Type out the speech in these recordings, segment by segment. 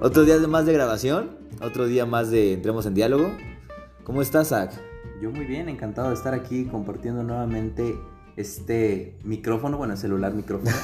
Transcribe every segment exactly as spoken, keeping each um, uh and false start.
Otro día más de grabación, otro día más de Entremos en Diálogo. ¿Cómo estás, Zach? Yo muy bien, encantado de estar aquí compartiendo nuevamente este micrófono, bueno, celular micrófono.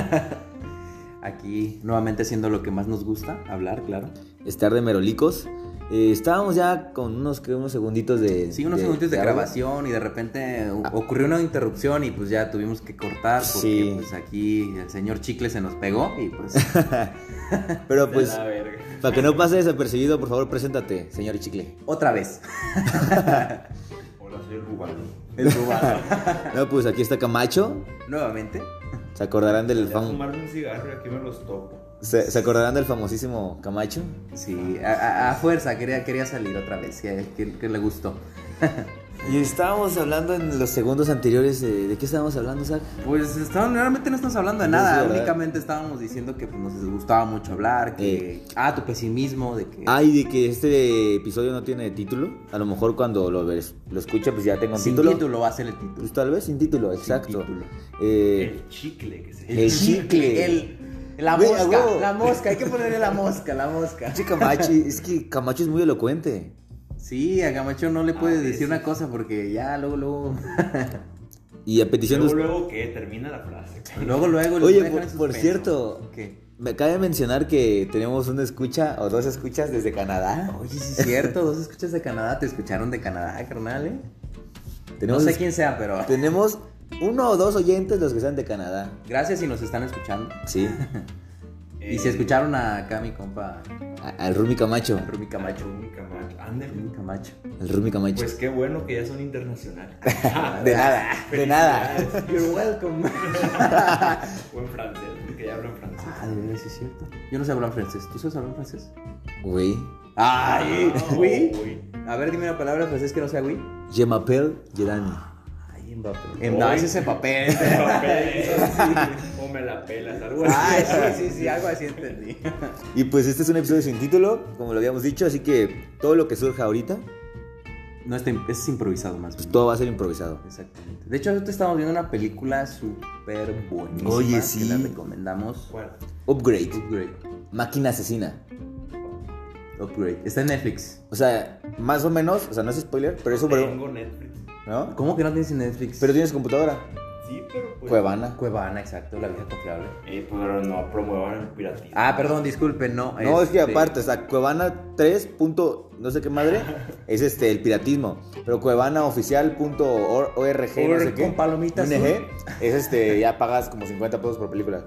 Aquí nuevamente haciendo lo que más nos gusta, hablar, claro. Estar de merolicos. Eh, estábamos ya con unos, ¿qué? unos segunditos de... Sí, unos de, segundos de, de grabación y de repente ah. ocurrió una interrupción y pues ya tuvimos que cortar porque sí. pues aquí el señor Chicle se nos pegó y pues... Pero pues, para que no pase desapercibido, por favor, preséntate, señor Chicle. Otra vez. Hola, soy el Rubano. El Rubano. No, pues aquí está Camacho. Nuevamente. ¿Se acordarán del Voy a fam... fumarme un cigarro y aquí me los topo. ¿Se, ¿Se acordarán del famosísimo Camacho? Sí, a, a, a fuerza, quería, quería salir otra vez, que, que, que le gustó. Y estábamos hablando en los segundos anteriores, de, ¿de qué estábamos hablando, Zach? Pues estábamos, realmente no estamos hablando de nada, sí, únicamente estábamos diciendo que pues, nos gustaba mucho hablar, que... Eh. Ah, tu pesimismo, de que... Ah, y de que este episodio no tiene título. A lo mejor cuando lo ves, lo escucha, pues ya tenga un sin título. Sin título va a ser el título. Pues tal vez sin título, exacto. Sin título. Eh, el chicle, que se El, el chicle. chicle. El... La Ve, mosca, huevo. la mosca, hay que ponerle la mosca, la mosca. Che, Camacho, es que Camacho es muy elocuente. Sí, a Camacho no le puedes ah, decir sí. una cosa porque ya luego, luego... Y a petición luego, de... luego, ¿qué? Termina la frase. Luego, luego... Oye, por, por cierto, ¿qué? Me acaba de mencionar que tenemos una escucha o dos escuchas desde Canadá. Oye, sí es cierto, dos escuchas de Canadá, te escucharon de Canadá, carnal, ¿eh? Tenemos, no sé quién sea, pero... Tenemos uno o dos oyentes los que sean de Canadá. Gracias si nos están escuchando. Sí. Y si escucharon a acá mi compa... A, al Rumi Camacho. Al Rumi Camacho. Rumi Camacho. Ándale. Rumi Camacho. El Rumi Camacho. Pues qué bueno que ya son internacionales. de nada, de nada. You're welcome. O en francés, porque ya hablan francés. Ah, de verdad, sí es cierto. Yo no sé hablar francés. ¿Tú sabes hablar francés? Oui. Ay, oh, oui. oui. A ver, dime una palabra en francés que no sea oui. Je m'appelle Gerani. Ay, Mbappé. No, ese es Mbappé. O me la pelas, algo así. Ay, sí, sí, sí, algo así entendí. Y pues este es un episodio sin título, como lo habíamos dicho, así que todo lo que surja ahorita, no, este, es improvisado más bien. Pues todo va a ser improvisado. Exactamente. De hecho, ahorita estamos viendo una película súper buenísima. Oye, sí. Que la recomendamos. ¿Cuál? Upgrade. Upgrade. Máquina asesina. Upgrade. Está en Netflix. O sea, más o menos, o sea, no es spoiler, pero es sobre... Tengo Netflix. ¿No? ¿Cómo que no tienes en Netflix? Pero tienes computadora. Sí, pero pues... Cuevana. Cuevana, exacto, la vieja confiable. Eh, pero no promuevan el piratismo. Ah, perdón, disculpe, no. No, es que este... aparte, o sea, Cuevana tres. no sé qué madre, es este, el piratismo. Pero cuevanaoficial.org, no sé qué. Con palomitas. U N G, es este, ya pagas como cincuenta pesos por película.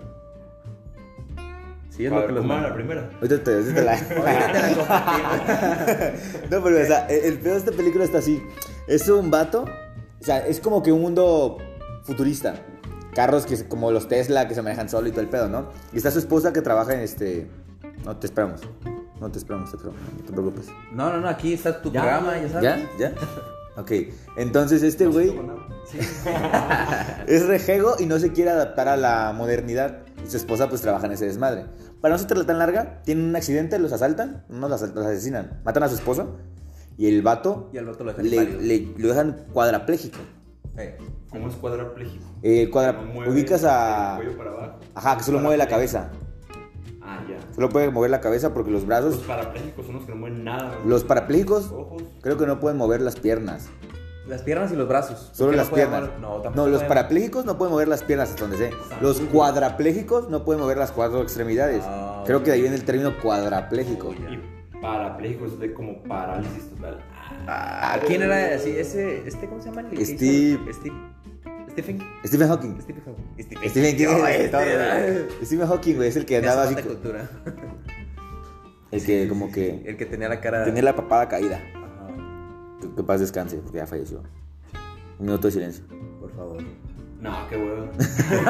Sí, es lo que los manda manda. la primera. Ahorita te, ahorita te la... Ahorita te la compartimos. No, pero o sea, el, el pedo de esta película está así. Es un vato, o sea, es como que un mundo futurista. Carros que como los Tesla que se manejan solo y todo el pedo, ¿no? Y está su esposa que trabaja en este... No, te esperamos. No te esperamos, te esperamos. No te preocupes. No, no, no, aquí está tu ¿Ya? programa, ya sabes. ¿Ya? ¿Ya? Ok, entonces este güey Sí. es rejego y no se quiere adaptar a la modernidad. Y su esposa pues trabaja en ese desmadre. Para no ser tan larga, tienen un accidente, los asaltan, no los, los asesinan, matan a su esposo y el vato Y al vato lo dejan le, inválido. le, lo dejan cuadrapléjico. Eh. ¿Cómo es cuadrapléjico? Eh, cuadra... No mueve Ubicas a... el cuello para abajo. Ajá, que solo mueve la cabeza. Ah, ya. Solo puede mover la cabeza porque los Los brazos... parapléjicos son los que no mueven nada. ¿no? Los parapléjicos Ojos. creo que no pueden mover las piernas. Las piernas y los brazos. Solo ¿Por qué las no puede piernas. mover? No, tampoco No, los puede- parapléjicos no pueden mover las piernas hasta donde sé. Los cuadraplégicos no pueden mover las cuatro extremidades. Ah, Creo ok. que de ahí viene el término cuadrapléjico. Y parapléjico es de como parálisis total. Ah, ¿quién era así? Ese, este, ¿cómo se llama? El que hizo- Steve- Steve. Stephen. Stephen Hawking. Stephen Hawking. Stephen, Stephen King. Oh, es- este, Stephen Hawking, güey, es el que Me andaba hace así. falta cultura. El que como que El que tenía la cara. tenía la papada caída. Ajá, Que, que paz descanse, porque ya falleció. Un minuto de silencio. por favor. No, qué huevo. No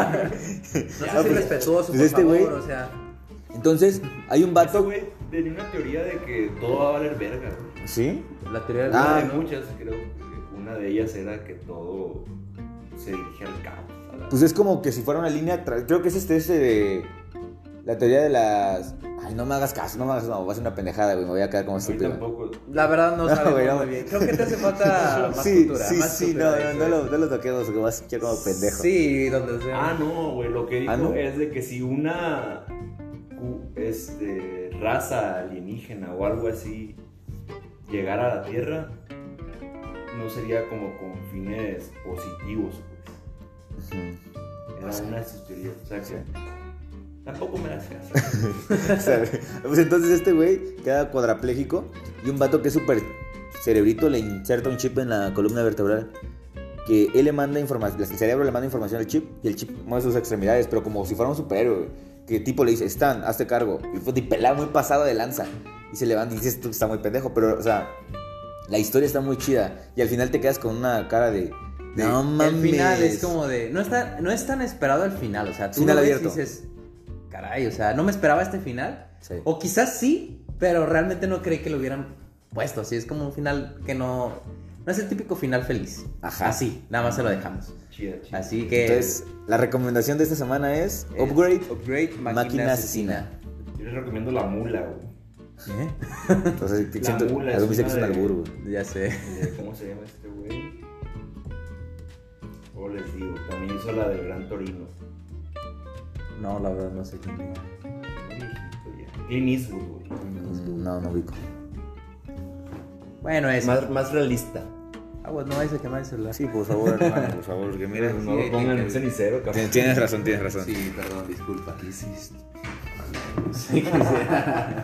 seas pues- irrespetuoso, pues por este favor, güey- o sea. Entonces, hay un Ese vato. güey tenía una teoría de que todo va a valer verga. güey. ¿Sí? La teoría del Ah, Una de ¿no? muchas, creo. que Una de ellas era que todo se dirige al caos. a la- Pues es como que si fuera una línea. tra- Creo que es este, este de. La teoría de las. Ay, no me hagas caso, no me hagas caso. No, va a ser una pendejada, güey. Me voy a quedar como A mí estúpido. tampoco. La verdad no No, sabemos güey, no. muy bien. Creo que te hace falta más Sí, cultura. sí, más sí, no, cultura, no, eso no, es. lo, no lo toquemos porque vas a escuchar como pendejo. Sí, donde sea. Ah, no, güey. Lo que dijo ¿Ah, no? es de que si una cu- este, raza alienígena o algo así llegara a la Tierra, no sería como con fines positivos, pues. Uh-huh. Era una de sus teorías. O sea que sí. Tampoco me las hace. Pues entonces este güey queda cuadrapléjico y un vato que es súper cerebrito le inserta un chip en la columna vertebral. Que él le manda información, el cerebro le manda información al chip y el chip mueve sus extremidades, pero como si fuera un superhéroe. Que tipo le dice, Stan, hazte cargo. Y pues, pelea muy pasado de lanza. Y se levanta y dice, esto está muy pendejo. Pero, o sea, la historia está muy chida. Y al final te quedas con una cara de... de no mames. El final es como de... No, está, no es tan esperado el final. O sea, tú final lo ves abierto. y dices... Caray, o sea, no me esperaba este final. Sí. O quizás sí, pero realmente no creí que lo hubieran puesto. Así es como un final que no... No es el típico final feliz. Ajá. Así, nada más se lo dejamos. Chida, chida. Así que... Entonces, la recomendación de esta semana es... Upgrade, Upgrade Máquina, Máquina Asesina. Asesina. Yo les recomiendo La Mula, güey. ¿Eh? Entonces, que La siento, Mula algo me es dice que es un una de- albur, güey. Ya sé. Eh, ¿Cómo se llama este güey? O les digo, también hizo la del Gran Torino. No, la verdad no sé quién es. Muy viejito ya. Clint Eastwood, güey. Mm, No, no ubico. Bueno, es... Más, más realista. Ah, pues no vais a quemar el celular. Sí, por favor, hermano, por favor, que mira. No Sí, lo pongan en que- un cenicero, cabrón. Tienes, tienes razón, tienes razón. Sí, perdón, disculpa. ¿Qué hiciste? Sí, quisiera.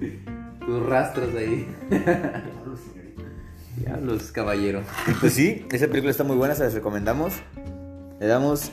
Tus rastros ahí. Diablo, señorita. Diablos, caballero. Y pues sí, esa película está muy buena, se las recomendamos. Le damos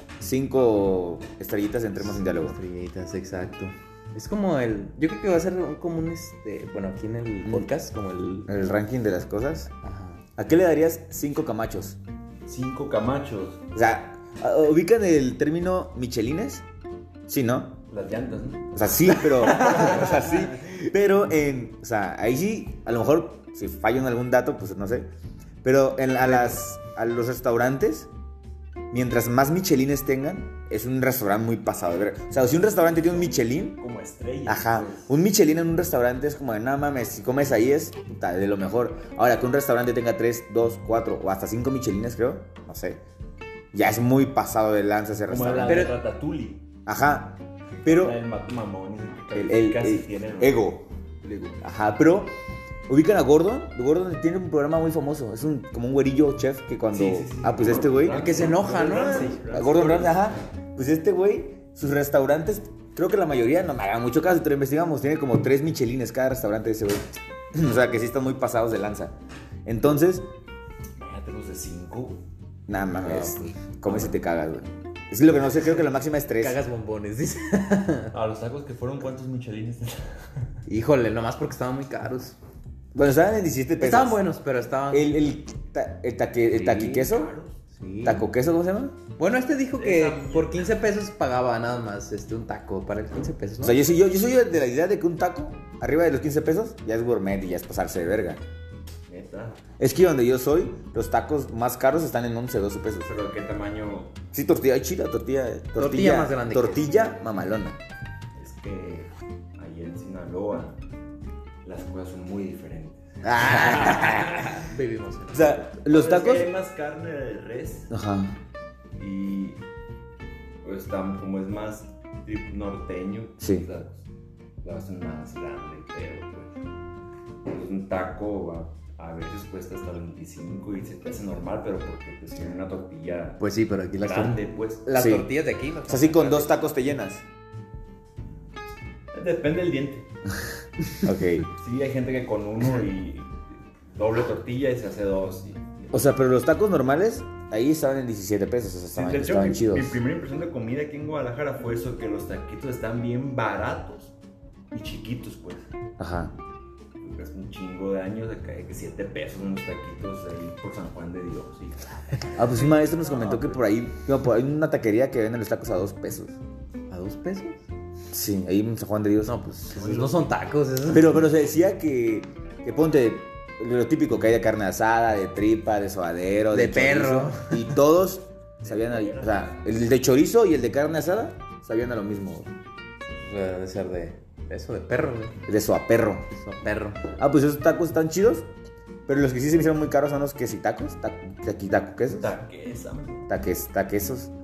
cinco estrellitas, entremos en diálogo. Estrellitas, exacto. Es como el... Yo creo que va a ser un- como un este... Bueno, aquí en el Mm. podcast, como el... El ranking de las cosas. Ajá. ¿A qué le darías cinco camachos? Cinco camachos. O sea, ¿ubican el término michelines? Sí, ¿no? Las llantas, ¿no? O sea, sí, pero... o sea, sí. Pero en... O sea, ahí sí, a lo mejor, si fallo en algún dato, pues no sé. Pero en, a, las, a los restaurantes, mientras más michelines tengan, es un restaurante muy pasado de ver. O sea, si un restaurante tiene un Michelin... Como estrellas. Ajá, pues. un Michelin en un restaurante es como de, no mames, si comes ahí es puta, de lo mejor. Ahora, que un restaurante tenga tres, dos, cuatro o hasta cinco Michelines, creo, no sé. Ya es muy pasado de lanza ese Como la restaurante. de Ratatouille. Ajá, pero El Mato Mamón. el, el- casi el tiene, ¿no? ego. Ajá, pero ubican a Gordon. Gordon tiene un programa muy famoso. Es un, como un güerillo chef que cuando... Sí, sí, sí. Ah, pues este güey... El que se enoja, ¿no? A Gordon Ramsay, ajá. Pues este güey, sus restaurantes, creo que la mayoría, no me hagan mucho caso, te lo investigamos, tiene como tres Michelines cada restaurante de ese güey. O sea, que sí están muy pasados de lanza. Entonces, Imagínate los de cinco. nada mames, No, pues. come si te cagas, güey. Es lo que no sé, creo que la máxima es tres. Cagas bombones, dice. A los tacos que fueron, ¿cuántos michelines? Híjole, nomás porque estaban muy caros. Bueno, estaban en diecisiete pesos. Estaban buenos, pero estaban... El, el, ta- el, taque, el taquiqueso, Sí. taco queso, ¿cómo se llama? Bueno, este dijo que Esa- por quince pesos pagaba nada más este, un taco para el quince pesos, ¿no? O sea, yo soy, yo, yo soy de la idea de que un taco, arriba de los quince pesos, ya es gourmet y ya es pasarse de verga. Neta. Es que donde yo soy, los tacos más caros están en once, doce pesos. Pero ¿qué tamaño? Sí, tortilla chida, tortilla, tortilla, Tortilla más grande que tortilla mamalona. Es que ahí en Sinaloa las cosas son muy diferentes. Vivimos. O sea, los Pues es que tacos. hay más carne de res Ajá. y pues tam- como es más tipo norteño, Sí. las, las hacen más grande, pero pues, pues un taco va- a veces cuesta hasta veinticinco y se te hace normal, pero porque pues tiene una tortilla Pues sí, pero aquí las, grande, pues. las Sí. tortillas de aquí. O sea, sí, con dos tacos te llenas. Depende del diente. Ok. Sí, hay gente que con uno y doble tortilla y se hace dos. Y, O sea, pero los tacos normales, ahí estaban en diecisiete pesos. O sea, Sí, estaban, de hecho, estaban mi, chidos. mi primera impresión de comida aquí en Guadalajara fue eso, que los taquitos están bien baratos y chiquitos, pues. Ajá. Hace un chingo de años acá de que siete pesos unos taquitos ahí por San Juan de Dios. Y... Ah, pues un maestro nos comentó que por ahí, no, por ahí hay una taquería que vende los tacos a dos pesos. ¿A dos pesos? Sí, ahí en San Juan de Dios. No, pues esos no son tacos. Esos. Pero, pero se decía que, que ponte lo típico que hay de carne asada, de tripa, de sobadero, De chorizo, perro. y todos sabían, a- o sea, el de chorizo y el de carne asada sabían a lo mismo, Debe ser de eso, de perro, güey. de soaperro. Eso, perro. Ah, pues esos tacos están chidos, pero los que sí se me hicieron muy caros son los quesitacos, taco, taqui- taco quesos, Taquesa, man. taques, taquesos.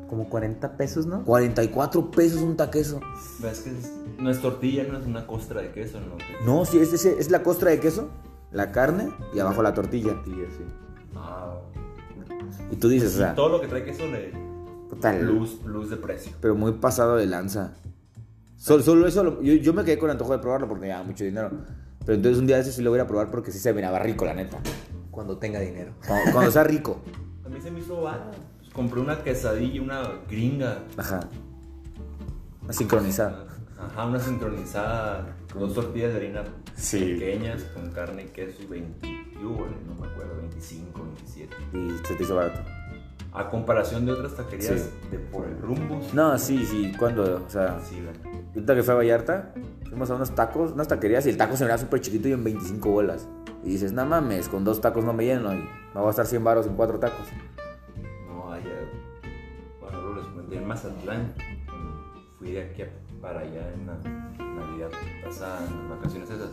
Como cuarenta pesos, ¿no? cuarenta y cuatro pesos un taqueso. ¿Ves que es- no es tortilla, no es una costra de queso, no? No, sí, es, es, es la costra de queso, la carne y abajo la tortilla. Tortilla, sí. Ah, Y tú dices, o sí, sea, todo lo que trae queso le puta, plus, plus de precio. pero muy pasado de lanza. Solo, solo eso, lo- yo, yo me quedé con el antojo de probarlo porque me daba mucho dinero. Pero entonces un día de ese sí lo voy a ir a probar porque sí se miraba rico, la neta. Cuando tenga dinero. Cuando, cuando sea rico. A mí se me hizo vara. Pues compré una quesadilla, una gringa. Ajá. Una sincronizada. Ajá, una sincronizada. Con dos tortillas de harina Sí. pequeñas, con carne y queso y veinte. Yo, no me acuerdo, veinticinco, veintisiete. Y se te hizo barato. A comparación de otras taquerías Sí. de por el rumbo. No, sí, sí. ¿Cuándo? O sea, Sí, la- ahorita que fue a Vallarta, fuimos a unos tacos, unas taquerías y el taco se me era súper chiquito y en veinticinco bolas. Y dices, no mames, con dos tacos no me lleno y me voy a gastar cien baros en cuatro tacos. No, allá. Bueno, luego les comenté en Mazatlán. cuando Fui de aquí a- para allá en la Navidad pasada, en las vacaciones esas.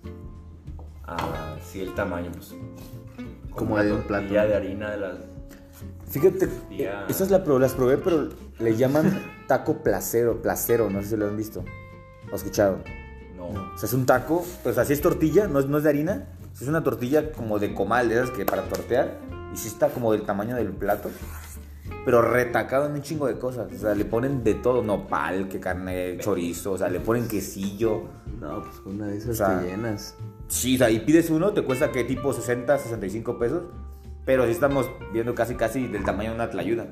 Así el tamaño, pues. Como una de un tortilla plato. de harina de las. Fíjate, Ya. eh, esas la pro- las probé, pero le llaman taco placero, placero, no sé si lo han visto o escuchado. No. O sea, es un taco, pero o sea, sí es tortilla, no es, no es de harina, es una tortilla como de comal, de esas que para tortear, y sí está como del tamaño del plato, pero retacado en un chingo de cosas. O sea, le ponen de todo, nopal, que carne, chorizo, o sea, le ponen quesillo. No, pues con una de esas O sea, te llenas. Sí, o sea, y pides uno, te cuesta que tipo sesenta, sesenta y cinco pesos, pero sí estamos viendo casi, casi del tamaño de una tlayuda.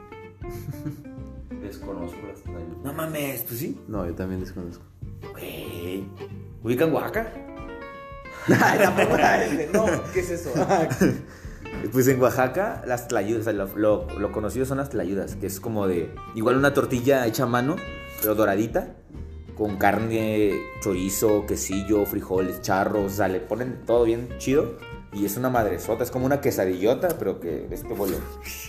Desconozco las tlayudas. No mames, pues sí. No, yo también desconozco. Güey, ¿ubican Oaxaca? No, ¿qué es eso? Pues en Oaxaca, las tlayudas, o sea, lo, lo, lo conocido son las tlayudas, que es como de, igual una tortilla hecha a mano, pero doradita, con carne, chorizo, quesillo, frijoles, charros, o sea, le ponen todo bien chido, y es una madresota, es como una quesadillota, pero que de este vuelo.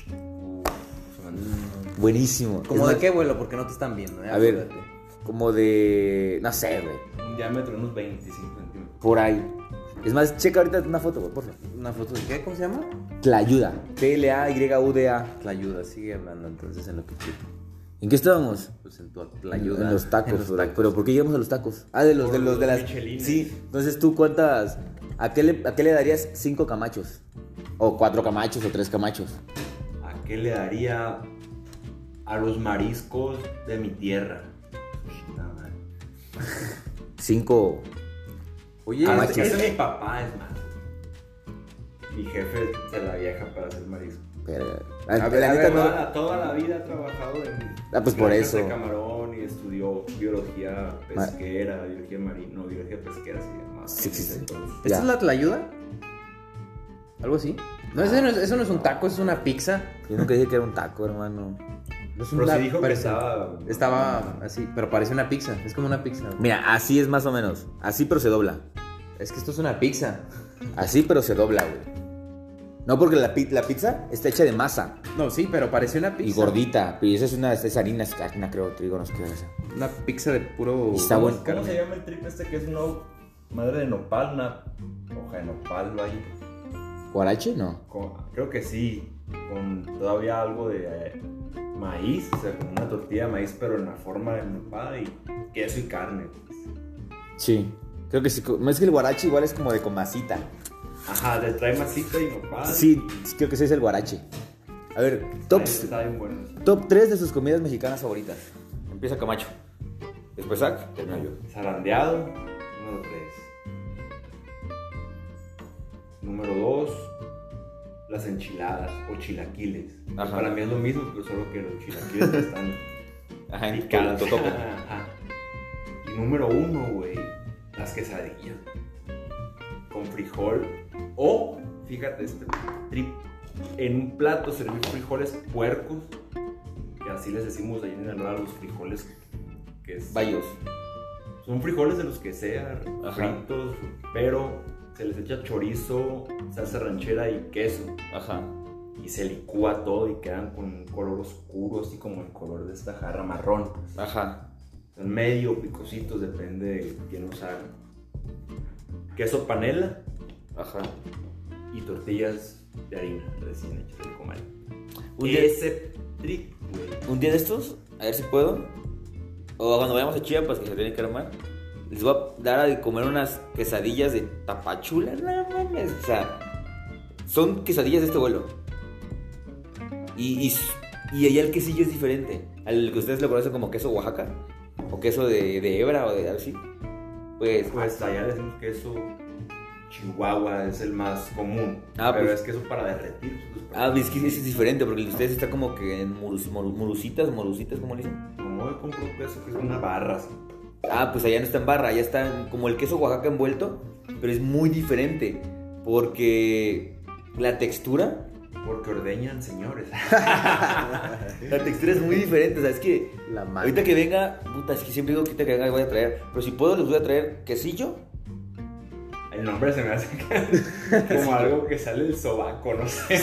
Buenísimo. ¿Como Es de más, qué vuelo? Porque no te están viendo, ¿eh? A ver, Acuérdate. como de, no sé, güey, Un diámetro de unos veinticinco centímetros. por ahí. Es más, checa ahorita una foto, güey, por favor. ¿Una foto de qué? ¿Cómo se llama? Tlayuda, T L A Y U D A. La ayuda, sigue hablando entonces en lo que quiero. ¿En qué estábamos? Pues en tu la ayuda. En los tacos, En los bro. tacos. Pero ¿por qué llegamos a los tacos? Ah, de los, Por de los, de los las. michelines. Sí, entonces tú cuántas. ¿A qué, le, ¿A qué le darías cinco camachos? O cuatro camachos o tres camachos. ¿A qué le daría a los mariscos de mi tierra? Puta madre. Cinco. Oye, Camachos. Ese es mi papá, es más. Mi jefe se la viaja para hacer marisco. Verga. A La, ver, la a neta ver, no. Toda, la, toda la vida ha trabajado en Ah, pues por granjas eso. de camarón y estudió biología pesquera, biología marina, no, biología pesquera se llama. Sí, sí, sí. Entonces, ¿esta Ya. es la tlayuda? ¿Algo así? No, eso no, es, eso no es un taco, eso es una pizza. Yo nunca dije que era un taco, hermano. No es Pero una- sí dijo que parece- estaba. Estaba así, pero parece una pizza. Es como una pizza. Mira, así es más o menos. Así, pero se dobla. Es que esto es una pizza. Así, pero se dobla, güey. No, porque la, pi- la pizza está hecha de masa No, sí, pero parece una pizza. y gordita. Y esa es una es harina, es harina, creo, trigo, no sé qué es esa. Una pizza de puro. Está ¿Cómo, bueno. ¿Cómo se llama el trip este que es una madre de nopal? Una hoja de nopal, vaya. ¿Guarache? No. Con- creo que sí, con todavía algo de eh, maíz, o sea, con una tortilla de maíz, pero en la forma de nopal y queso y carne. Pues. Sí. Creo que sí. Es que el guarache igual es como de con masita. Ajá, le trae masita y nopal. Sí, creo que ese es el guarache. A ver, top, Ay, está bien bueno. top tres de sus comidas mexicanas favoritas. Empieza Camacho. Después Zach, termino yo. Zarandeado, número tres. Número dos, las enchiladas o chilaquiles. Ajá. Para mí es lo mismo, pero solo que los chilaquiles están Ajá, en picados. totopo. Ajá. Y número uno, güey, las quesadillas. Con frijol. O, fíjate, este trip. En un plato servir frijoles puercos. Que así les decimos ahí en el a los frijoles. Que es, Bayos. son frijoles de los que sea, Ajá. fritos, pero se les echa chorizo, salsa ranchera y queso. Ajá. Y se licúa todo y quedan con un color oscuro, así como el color de esta jarra marrón. Ajá. Son medio picositos, depende de quién los haga. Queso panela Ajá. y tortillas de harina recién hechas del comal. Un día- Ese trick güey. Un día de estos, a ver si puedo. O cuando vayamos a Chiapas, que se tiene que armar. Les voy a dar a comer unas quesadillas de Tapachula. No mames. O sea, son quesadillas de este vuelo. Y, y, y allá el quesillo es diferente. Al que ustedes lo conocen como queso Oaxaca. O queso de, de hebra o de algo así. Pues, Pues allá le decimos queso Chihuahua, es el más común. Ah, pero pues- es queso para derretir. pues, para- ah, es que ese es diferente. Porque el de ustedes está como que en morus, morus, morusitas, morusitas, ¿cómo le dicen? No, yo compro queso que es una barra así. Ah, pues allá no está en barra, allá está como el queso Oaxaca envuelto, pero es muy diferente porque la textura, Porque ordeñan, señores. la textura es muy diferente, o sea, es que La mano. ahorita que venga, puta, es que siempre digo que ahorita que venga voy a traer, pero si puedo les voy a traer quesillo, El nombre se me hace como algo que sale del sobaco, no sé.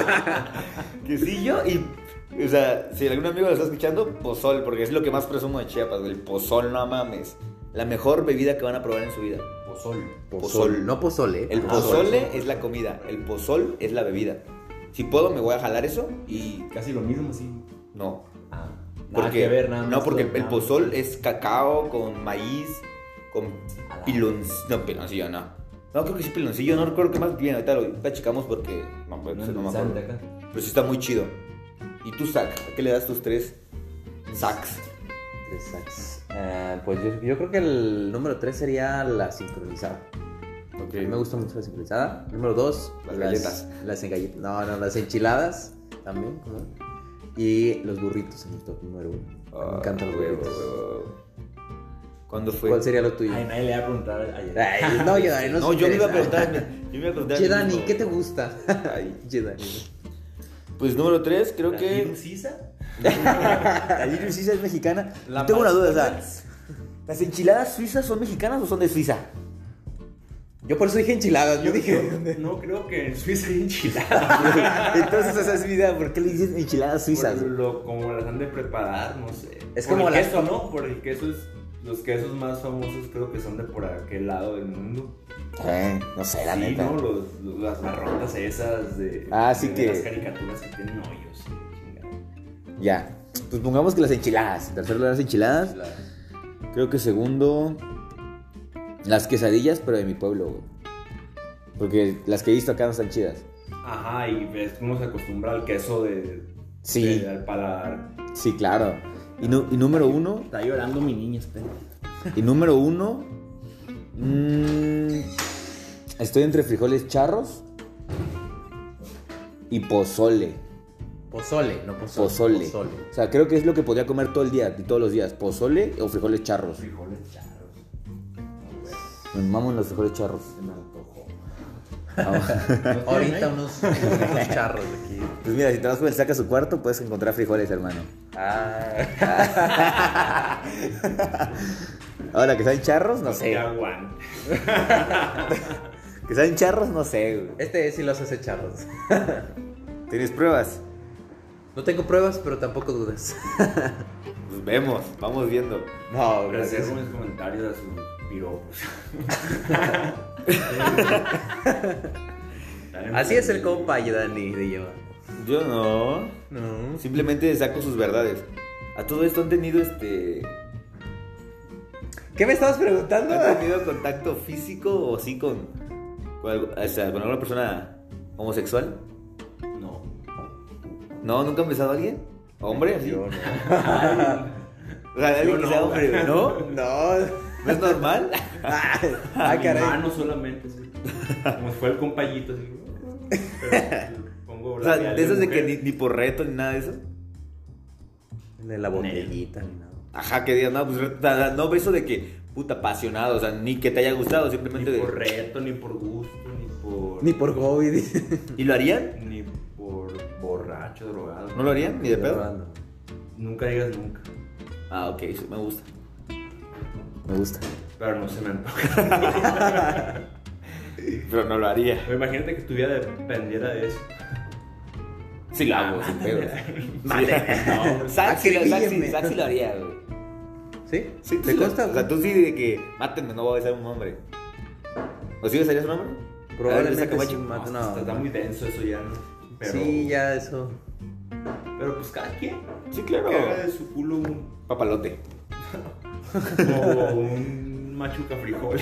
quesillo y, o sea, si algún amigo lo está escuchando, pozol, porque es lo que más presumo de Chiapas, el pozol, no mames, la mejor bebida que van a probar en su vida. Pozol. Pozol. No pozole. El Ah, pozole pozol. es la comida, el pozol es la bebida. Si puedo me voy a jalar eso y Casi lo mismo, sí. no. Ah, nada Porque, que ver, nada más. no, porque todo, el nada pozol más. es cacao con maíz, con piloncillo. No, piloncillo no. No, creo que sí piloncillo, no recuerdo qué más bien. Ahorita lo ahorita checamos porque no, pues, No, no me no, acuerdo. de acá. Pero sí está muy chido. ¿Y tú, Zach? ¿A qué le das tus tres Zachs? Tres sacks. Eh, pues yo, yo creo que el número tres sería la sincronizada. Ok. A mí me gusta mucho la sincronizada. Número dos, Las galletas. Las galletas. No, no, las enchiladas también. ¿no? Y los burritos en mi top número uno. me encantan los Ah, huevo, burritos. huevo. ¿Cuándo fue? ¿Cuál sería lo tuyo? Ay, nadie le va a preguntar ayer. Ay, no, yo, Dani, no, No, se yo me iba a interesa. preguntar. Yo me iba a preguntar. Che, a mí Dani, mismo. ¿qué te gusta? Ay. Che, Dani. Pues número tres, creo ¿La que. Little Caesar? ¿La Little Caesar es mexicana? La Yo tengo una duda, o sea, McDonald's. ¿las enchiladas suizas son mexicanas o son de Suiza? Yo por eso dije enchiladas. Yo dije. No creo que en Suiza hay enchiladas. Entonces esa es mi idea, ¿por qué le dices enchiladas suizas? Por lo, como las han de preparar, no sé. Es Por como el las queso, fam- ¿no? Por el queso es... Los quesos más famosos creo que son de por aquel lado del mundo. Eh, no sé, la sí, neta. ¿no? Los, los- las marrotas esas de... Ah, sí de que- las caricaturas que tienen hoyos. Chingada. Ya, pues pongamos que las enchiladas. En tercer lugar las enchiladas. Creo que segundo, las quesadillas, pero de mi pueblo, güey. Porque las que he visto acá no están chidas. Ajá, y ves cómo se acostumbra al queso de... Sí. de- al paladar. Sí, claro. Y, nu- y número uno, Está llorando mi niña, espera. y número uno, mmm, estoy entre frijoles charros y pozole. Pozole, no pozole. Pozole. Pozole. O sea, creo que es lo que podría comer todo el día, y todos los días. Pozole o frijoles charros. Frijoles charros. Me maman los frijoles charros. Se me antojó. Ah, Ahorita unos, unos charros aquí. pues mira, si te vas con el saca a su cuarto, puedes encontrar frijoles, hermano. Ah. Ahora, que sean charros, no sé. Ya aguanta. Que sean charros, no sé, güey. Este sí los hace charros. ¿Tienes pruebas? No tengo pruebas, pero tampoco dudas. Pues vemos, vamos viendo. No, gracias. Reservo mis comentarios a sus piropos. Así es el compa, Dani, de llevar. Yo no. No. Simplemente saco sus verdades. A todo esto han tenido este. ¿Qué me estabas preguntando? ¿Han tenido contacto físico o sí con. con, algo- o sea, con alguna persona homosexual? No. ¿No? ¿Nunca han besado a alguien? ¿Hombre? Así. Yo no. O sea, alguien Yo que sea no. hombre, güey, ¿no? No. ¿No es normal? Ah, A mi caray. mano solamente, sí. Como si fuera el compayito, así. Pero pongo O sea, labial de esos de que mujer. ni, ni por reto ni nada de eso. De la botellita ni nada. Ajá, que digas, no, pues o sea, no beso de que, puta, apasionado, o sea, ni que te haya gustado, simplemente Ni de. por reto, ni por gusto, ni por... Ni por hobby, dice. ¿Y lo harían? Ni por borracho, drogado. ¿No lo harían? ¿Ni de pedo? Grabando. Nunca digas nunca. Ah, ok, sí, me gusta. Me gusta. Pero no se me antoja. Pero no lo haría. Pero imagínate que tu vida dependiera de eso. Sí lo hago, sin pedos. No, Zack sí, lo- Zack sí- acribílleme. Zack sí lo haría, güey. ¿Sí? Sí, ¿Te sí lo- consta? O sea, tú sí de que, mátenme, no voy a besar a un hombre. ¿O sí besarías a un hombre? Probablemente A ver, besa sí, Camacho. mate- No, no. Está muy denso eso ya, ¿no? Pero, Sí, ya eso. Pero pues cada quien. Sí, claro. Que haga de su culo un Papalote. o un machuca frijol.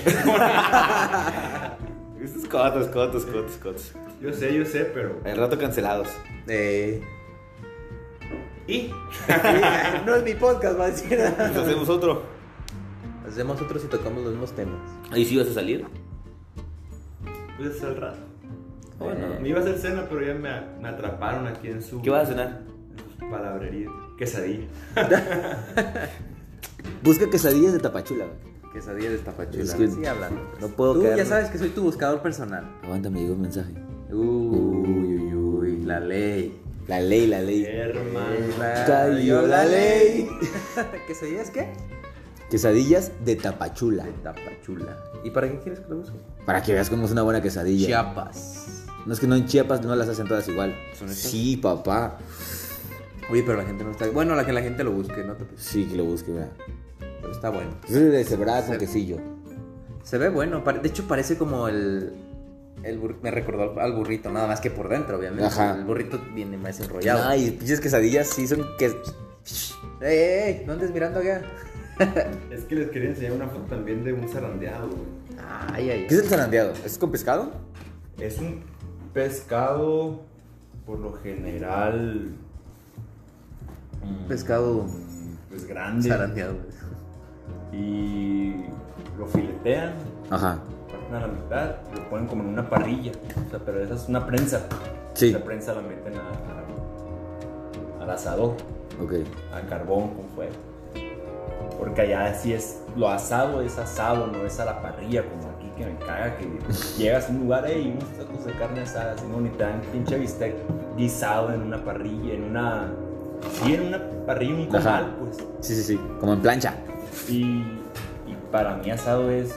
Estos cotos, cotos, cotos, cotos. Yo sé, yo sé, pero. El rato cancelados. Eh... ¿Y? no es mi podcast, va a decir. Pues hacemos otro. Hacemos otro si tocamos los mismos temas. ¿Ahí sí vas a salir? Pues al rato. Bueno. Me iba a hacer cena, pero ya me, me atraparon aquí en su. ¿Qué vas a cenar? En su palabrería. Quesadilla. Busca quesadillas de Tapachula, güey. Quesadilla de Tapachula. Es que sí, hablando. no puedo Tú quedarme. ya sabes que soy tu buscador personal. Aguanta, me llegó un mensaje. Uy, uy, uy, la ley. La ley, la ley. Hermano. Cayó la ley. ¿Quesadillas qué? Quesadillas de Tapachula. De Tapachula. ¿Y para qué quieres que lo busque? Para que veas cómo es una buena quesadilla. Chiapas. No es que no en Chiapas no las hacen todas igual. ¿Son estas? Sí, papá. Oye, pero la gente no está... Bueno, la que la gente lo busque, no te preocupes. Sí, que lo busque, vea. Pero está bueno. Es de cebrada con Se- quesillo. Se ve bueno. pare- De hecho, parece como el... el bur- Me recordó al- al burrito, nada más que por dentro, obviamente. Ajá. El burrito viene más enrollado. Ay, pinches quesadillas sí son que... ¡Ey, ey, ey! ¿No andes mirando acá? Es que les quería enseñar una foto también de un zarandeado, güey. Ay, ay, ¿Qué es el zarandeado? ¿Es con pescado? Es un pescado, por lo general. mm, Pescado Pues grande. zarandeado. Y lo filetean, Ajá. parten a la mitad, lo ponen como en una parrilla. O sea, pero esa es una prensa. Sí. La prensa la meten a, a- al asador, Ok. a carbón con fuego. Porque allá sí es, lo asado es asado, no es a la parrilla como aquí que me caga que llegas a un lugar y unos tacos de carne asada, así no, ni te dan pinche bistec guisado en una parrilla, en una, sí, en una parrilla, un Ajá. comal, pues. Sí, sí, sí. Como en plancha. Y, y para mí asado es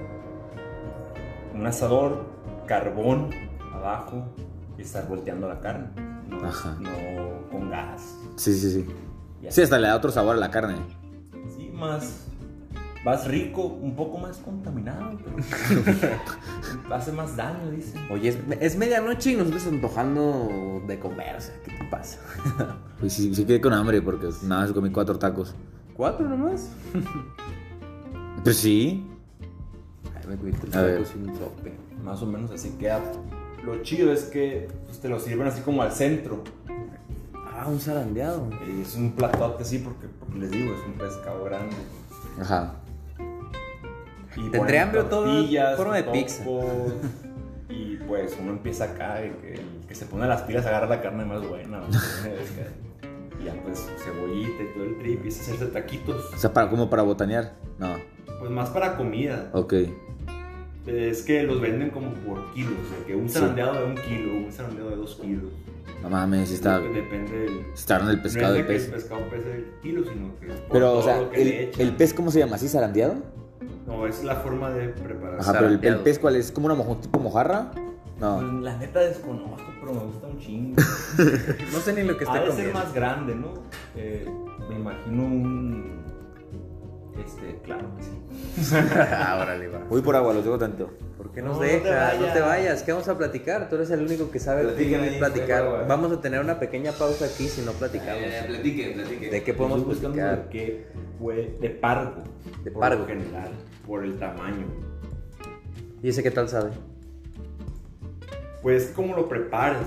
un asador, carbón abajo y estar volteando la carne, no, Ajá. no con gas. Sí, sí, sí. Y así. Sí, hasta le da otro sabor a la carne. Sí, más, más rico, un poco más contaminado, pero hace más daño, dicen. Oye, es, es medianoche y nosotros antojando de comer, o sea, ¿qué te pasa? Pues sí, sí quedé con hambre porque nada más comí cuatro tacos. ¿Cuatro nomás? Pues sí. Ay, me comí tres A ver. tacos y un sope. Más o menos así queda. Lo chido es que pues, te lo sirven así como al centro. Ah, un zarandeado. Y es un platote así porque, porque les digo, es un pescado grande. Ajá. Y Tendré ponen hambre o todo tortillas, forma de topos, pizza. Y pues uno empieza acá, y que el que se pone las pilas agarra la carne más buena. ¿no? Y ya pues cebollita y todo el trip, y es hacerse taquitos. O sea, para, como para botanear. No. Pues más para comida. Ok. Es que los venden como por kilos. O sea, que un Sí. zarandeado de un kilo, un zarandeado de dos kilos. No mames, sí está. Depende del. Está en el pescado no de es de que pez. el pescado pese el kilo, sino que. por Pero, todo o sea, lo que el, le echan. el pez, ¿cómo se llama? ¿Así zarandeado? No, es la forma de preparación. Ajá, pero el, el Zarandeado. pez, ¿cuál es? ¿Es como una mojo, tipo mojarra? No. Pues, la neta desconozco, pero me gusta un chingo. No sé ni lo que Ha está de ser comiendo. más grande, ¿no? Eh, me imagino un. Este, claro que sí. Ahora le va. Voy por agua, los dejo tanto. ¿Por qué No, nos no te dejas? No, vayas. te vayas. ¿Qué vamos a platicar? Tú eres el único que sabe Platiquen ahí, platicar. güey. Vamos a tener una pequeña pausa aquí si no platicamos. platique, platique. ¿De qué podemos Estoy buscando platicar? de qué fue de pargo. De por pargo. lo general, por el tamaño. ¿Y ese qué tal sabe? Pues, ¿cómo lo prepares?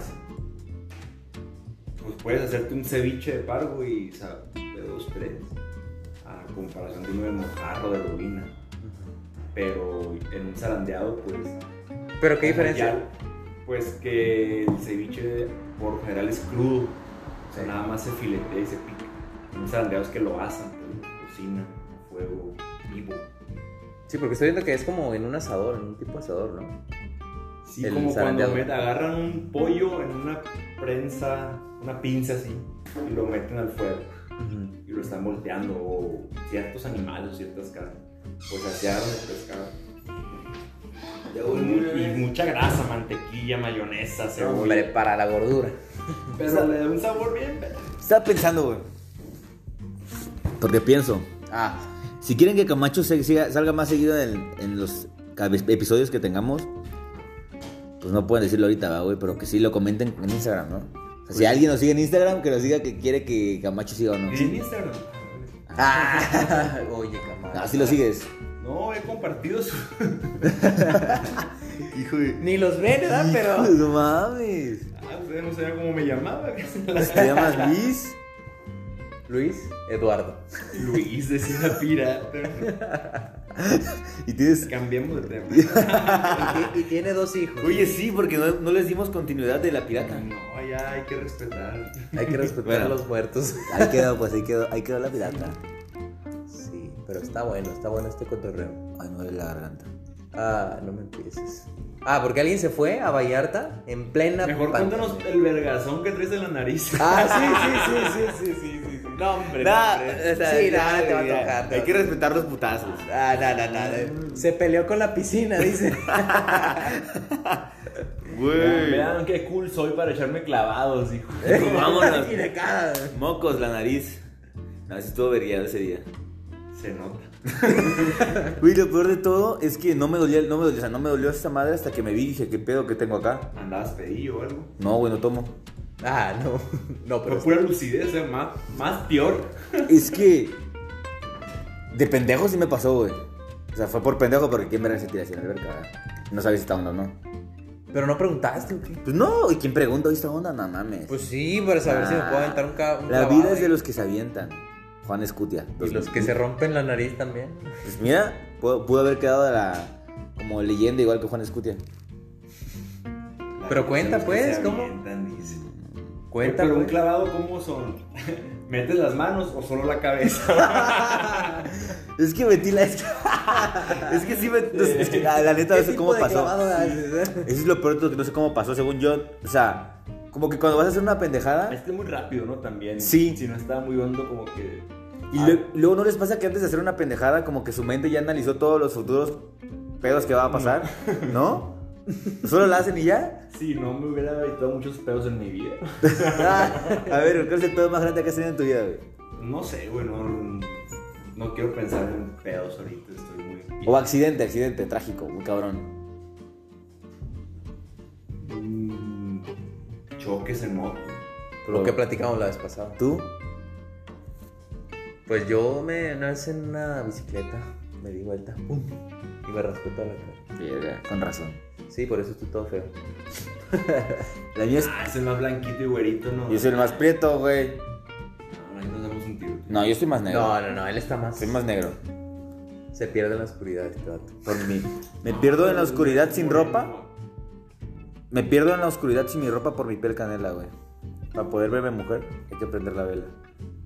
Pues puedes hacerte un ceviche de pargo y sabe de dos, tres. A comparación de uno de mojarro, de lobina. Pero en un zarandeado, pues. ¿Pero qué como diferencia? ya- pues que el ceviche por lo general es crudo. O sea, Sí. nada más se filetea y se pica. En un zarandeado es que lo asan, pues, lo cocinan a fuego vivo. Sí, porque estoy viendo que es como en un asador, en un tipo de asador, ¿no? Sí, El como zarandeado. cuando met- agarran un pollo en una prensa, una pinza así, y lo meten al fuego y lo están volteando, o ciertos animales o ciertas carnes, pues asearon el pescado. Y, mu- y mucha grasa, mantequilla, mayonesa, cebolla. Hombre, para la gordura. Pero le da un sabor bien. Estaba pensando, güey. Porque pienso, Ah, si quieren que Camacho se- siga- salga más seguido en, en los cada episodios que tengamos, pues no pueden decirlo ahorita, ¿va, güey, pero que sí lo comenten en Instagram, ¿no? O sea, si alguien nos sigue en Instagram, que nos diga que quiere que Camacho siga o no. ¿Y en Instagram? Ah, oye, Camacho. No, si lo sigues. No, he compartido su... Hijo de... Ni los ven, ¿verdad? Pero... No mames. Ah, ustedes no sabían cómo me llamaba. ¿Te llamas Luis? Luis Eduardo. Luis, decía pirata. Y tienes... Cambiemos de tema. y, y tiene dos hijos. Oye, sí, porque no, no les dimos continuidad de la pirata. No, ya hay que respetar. Hay que respetar Bueno. a los muertos. Ahí quedó, pues ahí quedó, ahí quedó la pirata. Sí, pero está bueno, está bueno este cotorreo. Ay, me duele la garganta. Ah, no me empieces. Ah, porque alguien se fue a Vallarta en plena Mejor pandemia. cuéntanos el vergazón que traes en la nariz. Ah, sí, sí, sí, sí, sí, sí, sí, sí. No, hombre, no, Nah, hombre. o sea, Sí, nah, nada, te va a mira, tocar. te Hay va a que respetar los putazos. Ah, no, no, no. Se peleó con la piscina, dice. Vean, vean qué cool soy para echarme clavados, hijo. Vámonos. Y de cara. Mocos, la nariz. No, sí estuvo averiado ese día. Se nota. Güey, lo peor de todo es que no me dolía, no me dolía, o sea, no me dolió esta madre hasta que me vi y dije, ¿qué pedo que tengo acá? ¿Andabas pedillo o algo? No, güey, no tomo. Ah, no. No, pero. Fue pura lucidez, o sea, más, más peor. Es que de pendejo sí me pasó, güey. O sea, fue por pendejo porque quién verga se tira así en la alberca, ¿verdad? No sabes si está onda o no. Pero no preguntaste, ¿o qué? Pues no, ¿y quién pregunta hoy esta onda? No mames. Pues sí, para saber si me Ah, puedo aventar un, ca un La clavado vida es de ahí. los que se avientan. Juan Escutia. Y los que se rompen la nariz también. Pues mira, pudo, pudo haber quedado la, como leyenda igual que Juan Escutia. Pero cuenta, Los que pues, se ¿cómo? avientan, dice. Cuenta, Pero un pues. clavado, ¿cómo son? ¿Metes las manos o solo la cabeza? Es que metí la... Es que sí me... no sé, es que, la, la neta no ¿Qué sé tipo cómo de pasó. clavado haces, eh? Eso es lo peor de todo, que no sé cómo pasó, según yo. O sea, como que cuando vas a hacer una pendejada... Es que muy rápido, ¿no? También. Sí. Si no está muy hondo, como que... Y Ah, le- luego no les pasa que antes de hacer una pendejada, como que su mente ya analizó todos los futuros pedos que va a pasar, ¿no? Solo la hacen y ya. Sí, no me hubiera evitado muchos pedos en mi vida. A ver, ¿cuál es el pedo más grande que has tenido en tu vida, güey? No sé, güey, no, no quiero pensar en pedos ahorita, estoy muy... O accidente, accidente, trágico, muy cabrón. Mm, choques en moto. Lo que platicamos la vez pasada. ¿Tú? Pues yo me nací en una bicicleta, me di vuelta, pum, y me raspé toda la cara. Verga, con razón. Sí, por eso estoy todo feo. La mía es... Ah, es el más blanquito y güerito, ¿no? Yo soy el más prieto, güey. No, ahí nos damos un tiro. No, yo soy más negro. No, no, no, él está más. Soy más negro. Se pierde en la oscuridad este vato. Por mí. Me pierdo en la oscuridad sin ropa. Me pierdo en la oscuridad sin mi ropa por mi piel canela, güey. Para poder verme mujer, hay que prender la vela.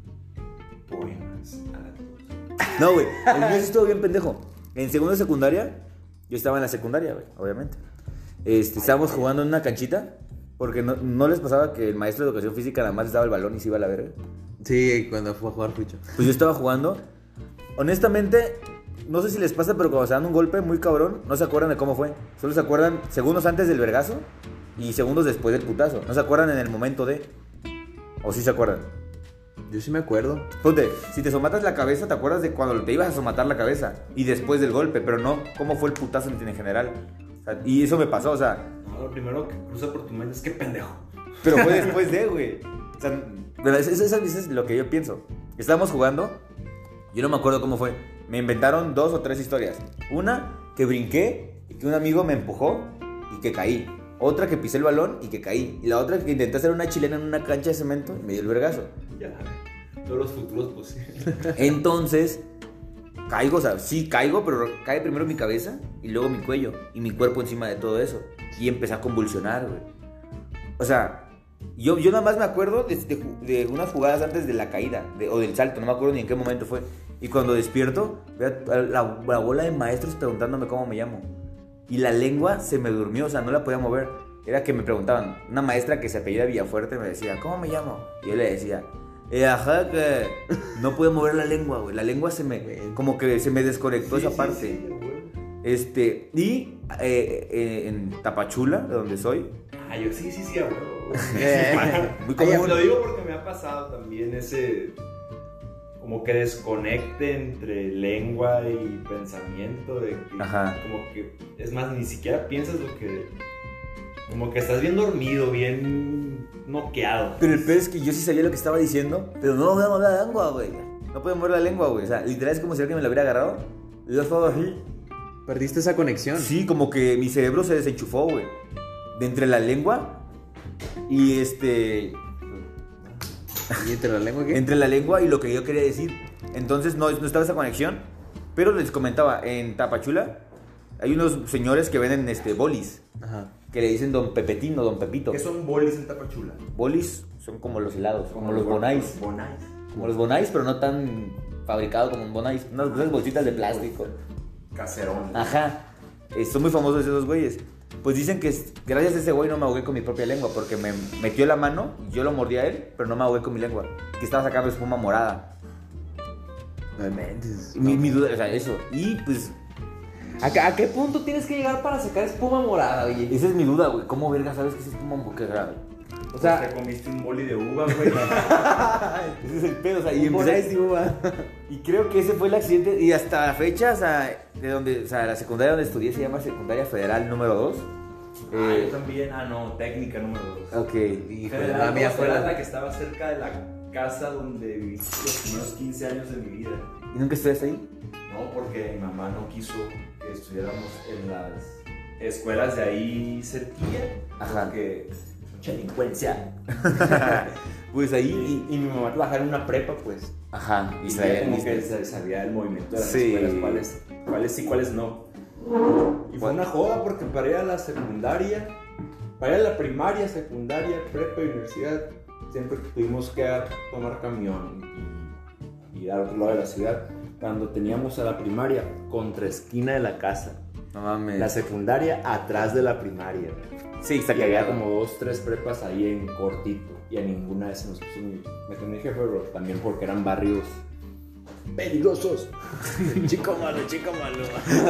Poemas. No, güey, el mío sí estuvo bien pendejo. En segundo de secundaria, yo estaba en la secundaria, güey, obviamente. Este, estábamos jugando en una canchita, porque no, no les pasaba que el maestro de educación física nada más les daba el balón y se iba a la verga. Sí, cuando fue a jugar fucho. Pues yo estaba jugando. Honestamente, no sé si les pasa, pero cuando se dan un golpe muy cabrón, no se acuerdan de cómo fue. Solo se acuerdan segundos antes del vergazo y segundos después del putazo. No se acuerdan en el momento de... ¿O sí se acuerdan? Yo sí me acuerdo. Ponte, si te somatas la cabeza, te acuerdas de cuando te ibas a somatar la cabeza y después del golpe, pero no cómo fue el putazo en general. O sea, y eso me pasó, o sea, No, lo primero que cruza por tu mente es que pendejo. pero fue después de, güey. O sea, pero eso, eso, eso es lo que yo pienso. Estábamos jugando, yo no me acuerdo cómo fue. Me inventaron dos o tres historias. Una, que brinqué y que un amigo me empujó y que caí. Otra, que pisé el balón y que caí. Y la otra, que intenté hacer una chilena en una cancha de cemento y me dio el vergazo. Ya, todos los futuros posibles. Entonces, caigo, o sea, sí caigo, pero cae primero mi cabeza y luego mi cuello y mi cuerpo encima de todo eso. Y empecé a convulsionar, güey. O sea, yo, yo nada más me acuerdo de, de, de unas jugadas antes de la caída de, o del salto, no me acuerdo ni en qué momento fue. Y cuando despierto, veo a la, la bola de maestros preguntándome cómo me llamo. Y la lengua se me durmió, o sea, no la podía mover. Era que me preguntaban, una maestra que se apellida Villafuerte me decía, ¿cómo me llamo? Y yo le decía... Eh, ajá, que no pude mover la lengua, güey. La lengua se me, como que se me desconectó Sí, esa sí, parte. sí, güey. Este, y eh, eh, en Tapachula, de donde soy, Ah, yo sí, sí, sí, a huevo. muy Ay, común. lo digo porque me ha pasado también ese como que desconecte entre lengua y pensamiento de que Ajá. como que es más ni siquiera piensas lo que como que estás bien dormido, bien noqueado. Pero el peor es que yo sí sabía lo que estaba diciendo, pero no podía mover la lengua, güey. No podía mover la lengua, güey. O sea, literal es como si alguien me la hubiera agarrado. Y yo estaba así. ¿Perdiste esa conexión? Sí, como que mi cerebro se desenchufó, güey. De entre la lengua y este... ¿Y entre la lengua qué? Entre la lengua y lo que yo quería decir. Entonces no, no estaba esa conexión. Pero les comentaba, en Tapachula hay unos señores que venden este, bolis. Ajá. Que le dicen Don Pepetín o Don Pepito. ¿Qué son bolis en Tapachula? Bolis son como los helados, como, como los bonais. Bonais. Como los bonais, pero no tan fabricado como un bonais. Unas, unas bolsitas de plástico. Caserón. Ajá. Eh, son muy famosos esos güeyes. Pues dicen que es- gracias a ese güey no me ahogué con mi propia lengua. Porque me metió la mano y yo lo mordí a él, pero no me ahogué con mi lengua. Que estaba sacando espuma morada. No mentes. Y mi, mi duda, o sea, eso. Y pues, ¿A, qué- ¿A qué punto tienes que llegar para sacar espuma morada, oye? esa es mi duda, güey. ¿Cómo verga sabes que es espuma morada? O O sea, sea, te comiste un boli de uva, güey. Ese es el pedo, o sea, y un empecé- bonais de uva. Y creo que ese fue el accidente. Y hasta la fecha, o sea, de donde, o sea, la secundaria donde estudié se llama Secundaria Federal número dos. Ah, Eh, yo también. Ah, no, técnica número dos. ok. Híjole, Federal la mía dos fue era la... la que estaba cerca de la casa donde viví los primeros quince años de mi vida. ¿Y nunca estudiaste ahí? No, porque mi mamá no quiso que estuviéramos en las escuelas de ahí cerquilla. Ajá. Porque mucha delincuencia. Pues Y, ahí. y mi mamá trabajaba en una prepa, pues. Ajá. Y Israel, ella como que Israel. se sabía el movimiento de las Sí. escuelas, cuáles, cuáles sí, cuáles no. Y fue una joda porque para ir a la secundaria, para ir a la primaria, secundaria, prepa y universidad, siempre tuvimos que tomar camión y, y ir al otro lado de la ciudad. Cuando teníamos a la primaria, contra esquina de la casa. No mames. La secundaria atrás de la primaria. Sí, está Y había cagado. como dos, tres prepas ahí en cortito. Y a ninguna de esas nos puso mi, me tenía mi jefe, pero también porque eran barrios peligrosos. Chico malo, chico malo.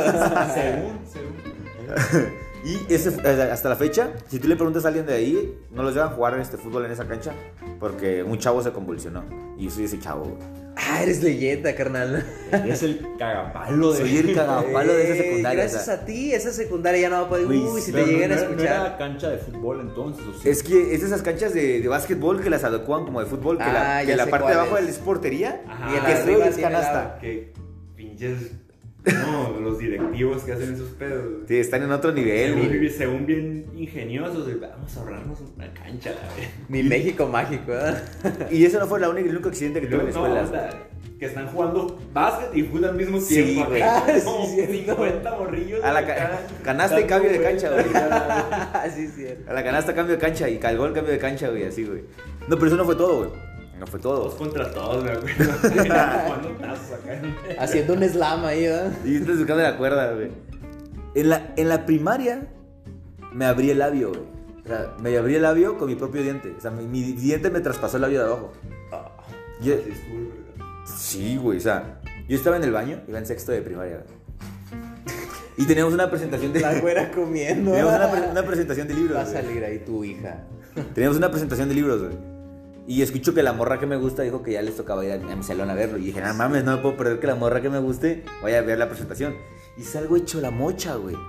según, según. Y ese, eh, hasta la fecha, si tú le preguntas a alguien de ahí, no los llevan a jugar este fútbol en esa cancha porque un chavo se convulsionó. Y yo soy ese chavo, güey. Ah, eres leyenda, carnal. Es el cagapalo de... Soy el cagapalo de esa Eh, secundaria. Gracias o sea. a ti, esa secundaria ya no va a poder. Güey, Uy, si Pero te llegan no, a no era- escuchar. No era cancha de fútbol entonces, ¿o sí? Es que es de esas canchas de, de básquetbol que las adecuan como de fútbol, que Ah, la, que ya la sé parte de cuál abajo es. es portería Ajá. y el Y que en sube arriba es tiene canasta. Que pinches... No, los directivos que hacen esos pedos. Sí, están en otro nivel, Según, güey. según bien ingeniosos, de, vamos a ahorrarnos una cancha, la verdad. Mi México mágico, ¿verdad? Y eso no fue la única, el único accidente que tuve en la No, escuela. o sea, que están jugando básquet y fútbol al mismo Sí, tiempo. güey. acá, Ah, como sí, cierto. cincuenta morrillos. A la acá, ca- canasta y dando cambio de cancha, güey. vueltas. sí, cierto. A la canasta cambio de cancha y calgó el cambio de cancha, güey, así, güey. No, pero eso no fue todo, güey. No fue Todos todo. contra todos, me acuerdo. Jugando tazos acá. Haciendo un slam ahí, ¿verdad? Y estás buscando la cuerda, güey. En la, en la primaria me abrí el labio, güey. O sea, me abrí el labio con mi propio diente. O sea, mi, mi diente me traspasó el labio de abajo. Yo- Así estuvo, ¿verdad? sí, güey, o sea, yo estaba en el baño, iba en sexto de primaria, güey. Y teníamos una presentación de... La güera comiendo. Teníamos una, pre- una presentación de libros, Va a güey. salir ahí tu hija. Teníamos una presentación de libros, güey. Y escucho que la morra que me gusta dijo que ya les tocaba ir a, a mi salón a verlo. Y dije, no mames, no me puedo perder que la morra que me guste vaya a ver la presentación. Y salgo hecho la mocha, güey.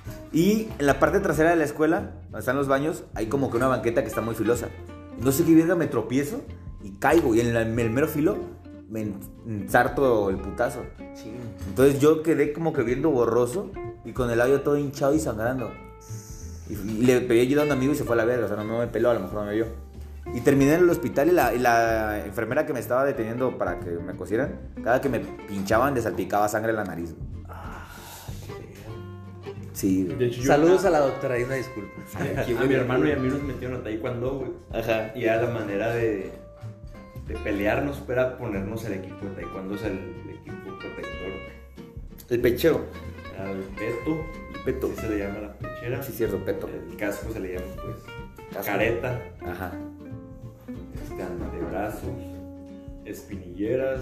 Y en la parte trasera de la escuela, donde están los baños, hay como que una banqueta que está muy filosa. No sé qué verga, me tropiezo y caigo. Y en, la- en el mero filo me ensarto el putazo. Sí. Entonces yo quedé como que viendo borroso y con el labio todo hinchado y sangrando. Y, y le pedí ayuda a un amigo y se fue a la verga. O sea, no, no me peló, a lo mejor no me vio. Y terminé en el hospital y la, y la enfermera que me estaba deteniendo para que me cosieran, cada que me pinchaban, le salpicaba sangre en la nariz. Sí, De güey. hecho, yo- Saludos a la doctora y una disculpa. Aquí, güey, mi hermano y a mí nos metieron a taekwondo, güey. Ajá. Y era la manera de, de pelearnos, era ponernos el equipo de taekwondo, o sea, el, el equipo protector. El pechero. Era el peto, El peto. así se le llama la pechera. Sí, cierto, peto. El casco se le llama, pues, Casco. careta, Ajá. este, antebrazos, espinilleras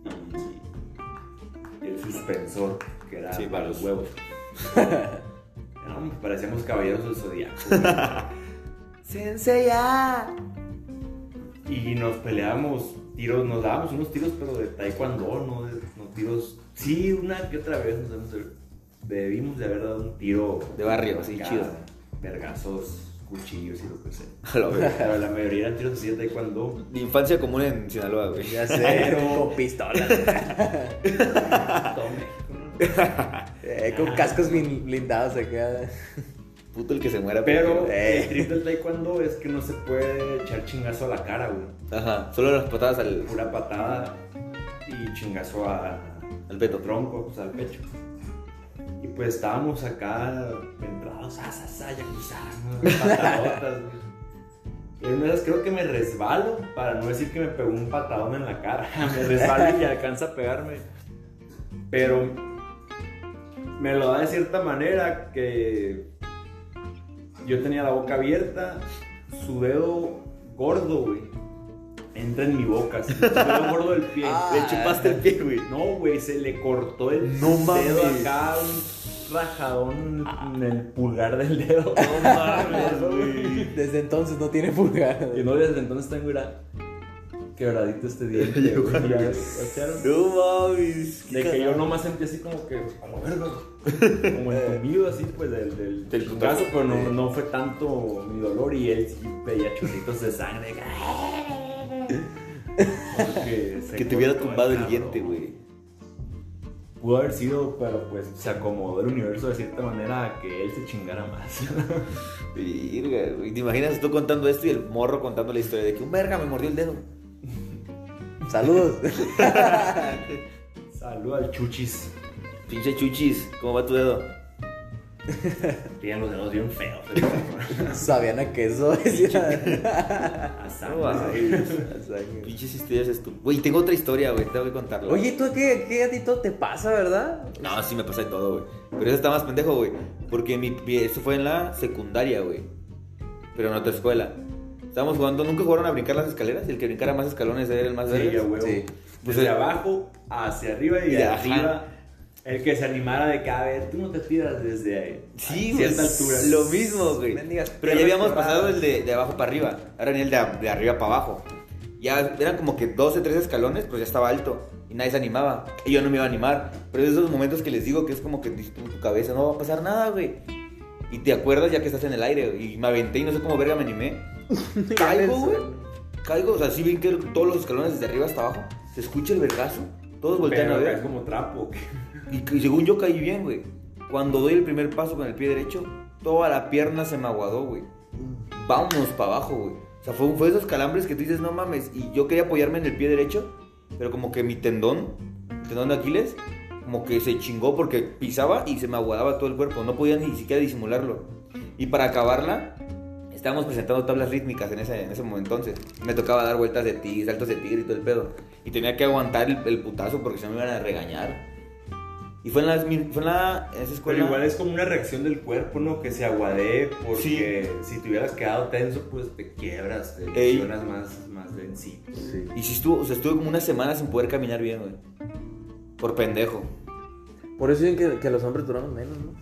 y el suspensor, que era Sí, para para los los- huevos. No, parecíamos caballeros del zodiaco. güey. ¡Sensei ya! Y nos peleábamos tiros, nos dábamos unos tiros, pero de taekwondo, no de no tiros. Sí, una que otra vez nos debimos de, debimos de haber dado un tiro De barrio, así, acá, chido. Vergazos cuchillos y lo que sea. A la verga. Pero la mayoría eran tiros así de taekwondo. De infancia común en Sinaloa, güey. Ya sé, con pistolas. Todo México, ¿no? eh, con cascos blin- blindados acá. Puto el que se muera. Pero porque- el trip del taekwondo es que no se puede echar chingazo a la cara, güey. Ajá, solo las patadas al, Pura patada y chingazo a, al peto. tronco, pues al pecho. Y pues estábamos acá entrados, ah, sa, sa, yakuza, ¿no? Patadotas, güey. Y en una de esas creo que me resbalo, para no decir que me pegó un patadón en la cara. Me resbalo y alcanza a pegarme. Pero me lo da de cierta manera que yo tenía la boca abierta, su dedo gordo, güey, entra en mi boca, así, su dedo gordo del pie. Ah. Le chupaste el pie, güey. No, güey, se le cortó el No dedo mames. acá, un rajadón en el pulgar del dedo. No mames, güey. Desde entonces no tiene pulgar. Y no, desde entonces tengo era quebradito este diente, güey. Ya, ¿cacharon? No mames. De que yo nomás sentí así como que, a la verga, como entumido así, pues, del, del, Del chingazo, putazo. pero no, no fue tanto mi dolor y él sí pedía chorritos de sangre. Porque se Que te hubiera cortó tumbado el cabrón. diente, güey. Pudo haber sido, pero pues se acomodó el universo de cierta manera a que él se chingara más. Virga, güey. ¿Te imaginas tú contando esto y el morro contando la historia de que un verga me mordió el dedo? Saludos. Salud al chuchis. Pinche chuchis, ¿cómo va tu dedo? Tienen los dedos bien feos. Sabían a queso. A sangre. Pinches historias estúpidas. Güey, tengo otra historia, güey. Te voy a contarla. Oye, ¿tú qué, qué adito te pasa, verdad? No, sí me pasa de todo, güey. Pero eso está más pendejo, güey. Porque mi, mi- eso fue en la secundaria, güey. Pero en otra escuela. Estábamos jugando, ¿nunca jugaron a brincar las escaleras? Y el que brincara más escalones era el más Sí, vergas. a huevo. Sí. Pues Desde el- abajo hacia arriba y Y de ajá. arriba. El que se animara de que, a ver, tú no te tiras desde ahí. Sí, a güey. cierta altura. Lo mismo, güey. Mendigas Pero ya habíamos perras pasado quebradas. el de, de abajo para arriba. Ahora ni el de, a- de arriba para abajo. Ya eran como que doce, trece escalones, pues ya estaba alto. Y nadie se animaba. Y yo no me iba a animar. Pero es esos momentos que les digo que es como que dices tú en tu cabeza, no va a pasar nada, güey. Y te acuerdas ya que estás en el aire, güey. Y me aventé y no sé cómo verga me animé. Caigo, güey. Caigo, o sea, sí ven que todos los escalones desde arriba hasta abajo. Se escucha el vergazo. Todos voltean Pero a acá ver. es como trapo. Y, y según yo caí bien, güey. Cuando doy el primer paso con el pie derecho, toda la pierna se me aguadó, güey. Vámonos para abajo, güey. O sea, fue, fue esos calambres que tú dices, no mames. Y yo quería apoyarme en el pie derecho, pero como que mi tendón, el tendón de Aquiles, como que se chingó porque pisaba y se me aguadaba todo el cuerpo. No podía ni siquiera disimularlo. Y para acabarla, estábamos presentando tablas rítmicas en ese, en ese momento entonces. Me tocaba dar vueltas de tigre, saltos de tigre y todo el pedo. Y tenía que aguantar el, el putazo porque si no me iban a regañar. Y fue en, las, fue en, la, en esa escuela. Pero igual es como una reacción del cuerpo, ¿no? Que se aguadee, porque si te hubieras quedado tenso, pues te quiebras, te Ey. lesionas más, más densito. Sí. Y sí estuvo, o sea, estuve como una semana sin poder caminar bien, güey. Por pendejo. Por eso dicen que, que los hombres duramos menos, ¿no?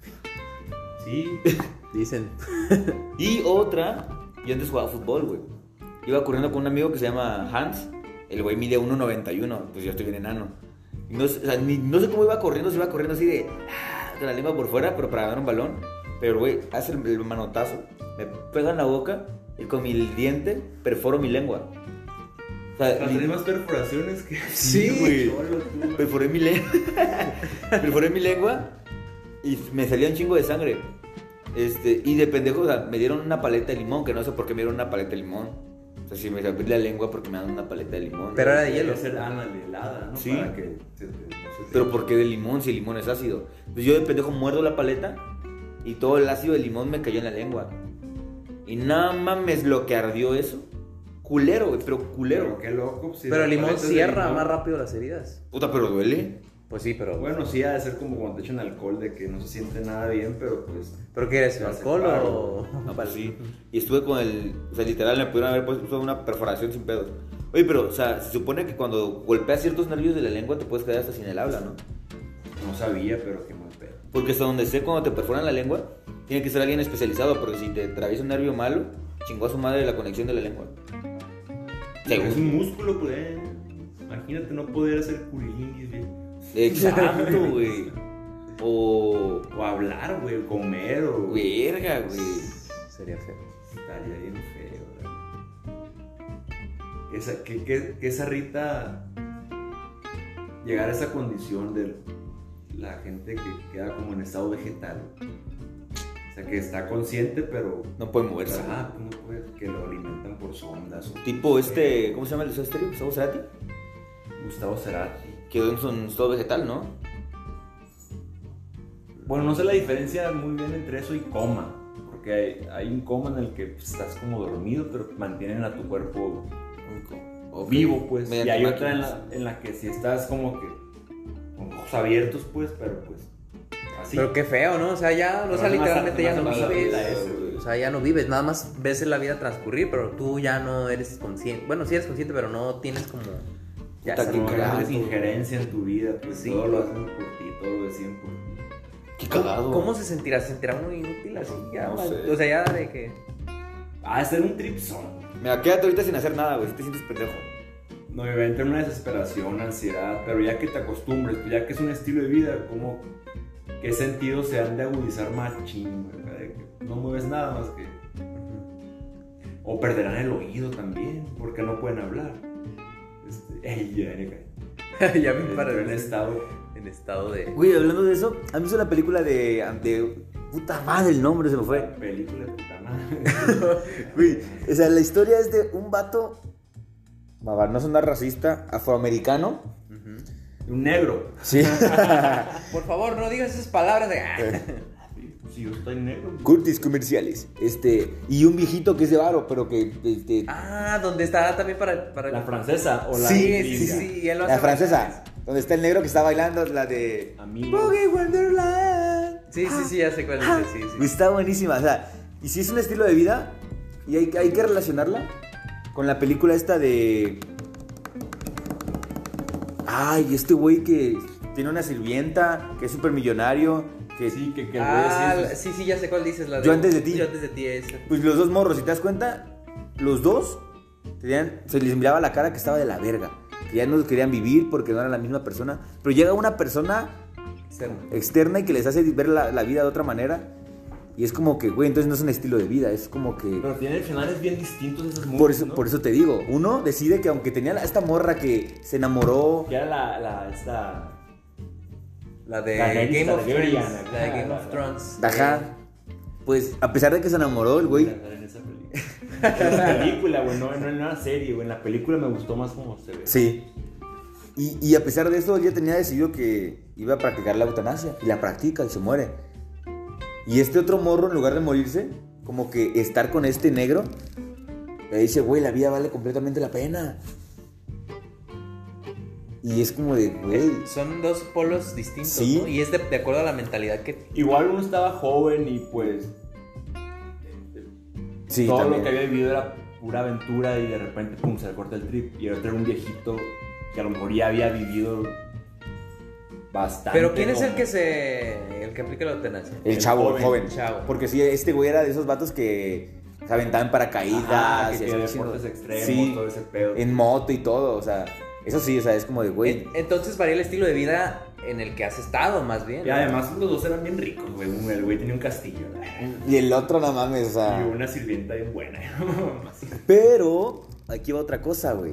Sí. Dicen. Y otra, yo antes jugaba fútbol, güey. Iba corriendo con un amigo que se llama Hans. El güey mide uno noventa y uno, pues yo estoy bien enano. Y no, sé- o sea, ni- no sé cómo iba corriendo, se iba corriendo así de, ah, con la lengua por fuera, pero para ganar un balón. Pero, güey, hace el, el manotazo, me pega en la boca y con mi diente perforo mi lengua. O sea, Las li- mismas perforaciones que... Sí, güey. Solo tú, güey. Perforé mi lengua. Perforé mi lengua y me salía un chingo de sangre. Este, y de pendejo, o sea, me dieron una paleta de limón, que no sé por qué me dieron una paleta de limón. O sea, si me abrí la lengua porque me dan una paleta de limón. Pero era de Debería hielo. ser ándale, helada, ¿no? Sí. Para que se te- no se te- Pero ¿por qué de limón si el limón es ácido? Entonces yo de pendejo muerdo la paleta y todo el ácido del limón me cayó en la lengua. Y nada mames lo que ardió eso. Culero, güey, pero culero. Pero qué loco. pues, si Pero el las limón paletas de cierra limón- más rápido las heridas. Puta, pero duele. Pues sí, pero. Bueno, sí, ha de ser como cuando te echan alcohol, de que no se siente nada bien, pero pues... ¿Pero qué eres? Se hace ¿Alcohol claro. o.? No, pues sí. Y estuve con el... O sea, literal me pudieron haber puesto una perforación sin pedos. Oye, pero, o sea, se supone que cuando golpeas ciertos nervios de la lengua te puedes quedar hasta sin el habla, ¿no? No sabía, pero qué mal pedo. Porque hasta donde sé, cuando te perforan la lengua, tiene que ser alguien especializado, porque si te atraviesa un nervio malo, chingó a su madre la conexión de la lengua. Pero es un músculo, pues. eh. Imagínate no poder hacer curilinguis, güey. Exacto, güey. O... O hablar, güey, comer, o... Verga, güey. Sería feo. Estaría bien feo, ¿verdad? Esa, que, que, que esa Rita llegar a esa condición de la gente que queda como en estado vegetal. O sea, que está consciente, pero no puede moverse. Ah, no puede, que lo alimentan por sondas. O tipo este, ¿cómo se llama el de Estéreo? Gustavo Cerati. Gustavo Cerati. Quedó en su estado vegetal, ¿no? Bueno, no sé la diferencia muy bien entre eso y coma. Porque hay, hay un coma en el que pues, estás como dormido, pero mantienen a tu cuerpo okay. vivo, pues. Mediante y hay máquinas. Otra en la, en la que si estás como que con ojos abiertos, pues, pero pues así. Pero qué feo, ¿no? O sea, ya, o sea, literalmente ya no vives. Eso, o sea, ya no vives, nada más ves la vida transcurrir, pero tú ya no eres consciente. Bueno, sí eres consciente, pero no tienes como... Ya no tienes injerencia en tu vida, pues sí. Todo lo hacen por ti, todo lo deciden por ti. Qué cagado. ¿Cómo se sentirá? ¿Se sentirá muy inútil así? Ya, no sé. O sea, ya de que... Ah, es un tripsón. Mira, quédate ahorita sin hacer nada, güey, si te sientes pendejo. No, me va a entrar una desesperación, ansiedad, pero ya que te acostumbres, pues ya que es un estilo de vida, como... ¿Qué sentido se han de agudizar más ching, ¿verdad? De que no mueves nada más que... O perderán el oído también, porque no pueden hablar. Este, ey, ya, ya me parece. En estado... En estado de... Güey, hablando de eso, ¿han visto la película de... de puta madre, el nombre se me fue. La película de puta madre. Güey, o sea, la historia es de un vato... Va, no sonar racista, afroamericano. Uh-huh. Un negro. Sí. Por favor, no digas esas palabras de... Si yo estoy negro. Curtis comerciales. Este, y un viejito que es de varo, pero que... Este, ah, donde está también para... para... La francesa o la... Sí, sí, sí, sí. Y él lo la hace francesa. bailar. Donde está el negro que está bailando, la de... Amigos. Boogie Wonderland. Sí, sí, sí, ya sé cuál dice, sí, sí. Está buenísima, o sea, y si es un estilo de vida, y hay, hay que relacionarla con la película esta de... Ay, este güey que tiene una sirvienta, que es súper millonario, que... Sí, que... que ah, el sí, sí, ya sé cuál dices, la de... Yo antes de ti. Yo antes de ti, esa. Pues los dos morros, si te das cuenta, los dos tenían, se les miraba la cara que estaba de la verga. Que ya no querían vivir porque no eran la misma persona. Pero llega una persona externa, externa y que les hace ver la, la vida de otra manera. Y es como que, güey, entonces no es un estilo de vida, es como que... Pero tienen finales bien distintos esos mundos, por eso, ¿no? por eso te digo, uno decide que aunque tenía la, esta morra que se enamoró... Que era la, la, esta... La de la Game of Thrones. La de Game of Thrones. Ajá. Pues, a pesar de que se enamoró el güey... En esa película. En la película, güey, no, no en una serie, güey. En la película me gustó más como se ve. Sí. Y, y a pesar de eso, él ya tenía decidido que iba a practicar la eutanasia. Y la practica y se muere. Y este otro morro, en lugar de morirse, como que estar con este negro, le dice, güey, la vida vale completamente la pena. Y es como de, güey... Son dos polos distintos, ¿sí? ¿no? Y es de, de acuerdo a la mentalidad que... Igual uno estaba joven y pues... Sí, todo también. lo que había vivido era pura aventura y de repente, pum, se le corta el trip. Y el otro era un viejito que a lo mejor ya había vivido bastante. Pero ¿quién es como... el que se... el que aplica la eutanasia? El, El chavo, joven, el joven. el chavo. Porque sí, este güey era de esos vatos que se aventaban paracaídas. Ajá, que y hacía así, deportes chino. extremos, Sí, todo ese pedo. en moto y todo, o sea... Eso sí, o sea, es como de, güey... Entonces varía el estilo de vida en el que has estado, más bien. Y además los dos eran bien ricos, güey. El güey tenía un castillo, ¿no? Y el otro, no mames, o sea... Y una sirvienta bien buena. Pero, aquí va otra cosa, güey.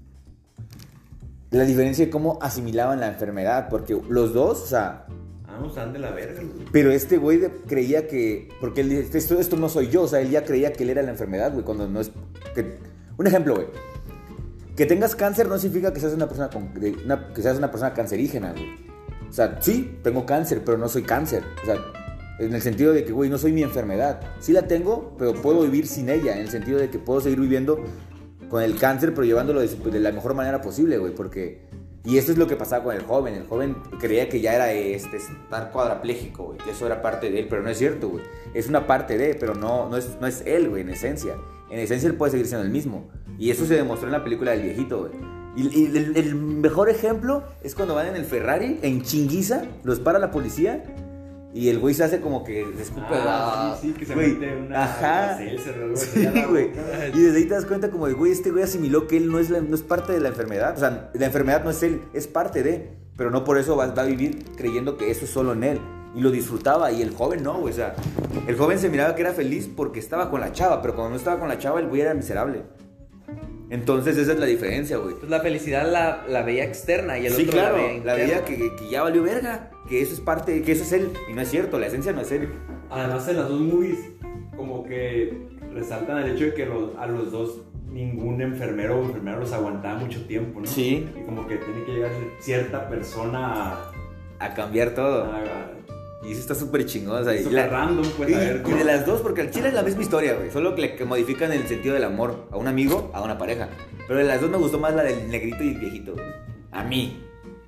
La diferencia de cómo asimilaban la enfermedad. Porque los dos, o sea... Ah, no, están de la verga, güey. Pero este güey de- creía que... Porque él dice, esto, esto no soy yo. O sea, él ya creía que él era la enfermedad, güey. Cuando no es... Que... Un ejemplo, güey. Que tengas cáncer no significa que seas una persona, con, de, una, que seas una persona cancerígena, güey. O sea, sí, tengo cáncer, pero no soy cáncer. O sea, en el sentido de que, güey, no soy mi enfermedad. Sí la tengo, pero puedo vivir sin ella. En el sentido de que puedo seguir viviendo con el cáncer, pero llevándolo de, de la mejor manera posible, güey. Porque... Y esto es lo que pasaba con el joven. El joven creía que ya era este, estar cuadrapléjico, güey. Que eso era parte de él, pero no es cierto, güey. Es una parte de, pero no, no, es, no es él, güey, en esencia. En esencia él puede seguir siendo el mismo. Y eso se demostró en la película del viejito, güey. Y, y el, el mejor ejemplo es cuando van en el Ferrari, en chinguiza, los para la policía y el güey se hace como que se escupe. Ah, sí, sí, que se güey, mete una... ajá. Seltzer, algo así Sí, a la güey. boca. Y desde ahí te das cuenta como de, güey, este güey asimiló que él no es, la, no es parte de la enfermedad. O sea, la enfermedad no es él, es parte de. Pero no por eso va, va a vivir creyendo que eso es solo en él. Y lo disfrutaba, y el joven no, güey. O sea, el joven se miraba que era feliz porque estaba con la chava, pero cuando no estaba con la chava, el güey era miserable. Entonces esa es la diferencia, güey. Pues la felicidad la, la veía externa y el sí, otro claro, la veía interna. la veía que, que ya valió verga, que eso es parte, que eso es él. Y no es cierto, la esencia no es él. Además, en las dos movies, como que resaltan el hecho de que los, a los dos ningún enfermero o enfermera los aguantaba mucho tiempo, ¿no? Sí. Y como que tiene que llegar cierta persona a, A cambiar todo. a, Y eso está súper chingón, o sea, súper y la- random, pues, y, a ver y de las dos, porque al chile es la misma historia, güey. Solo que, le- que modifican el sentido del amor a un amigo, a una pareja. Pero de las dos me gustó más la del negrito y el viejito, güey. A mí.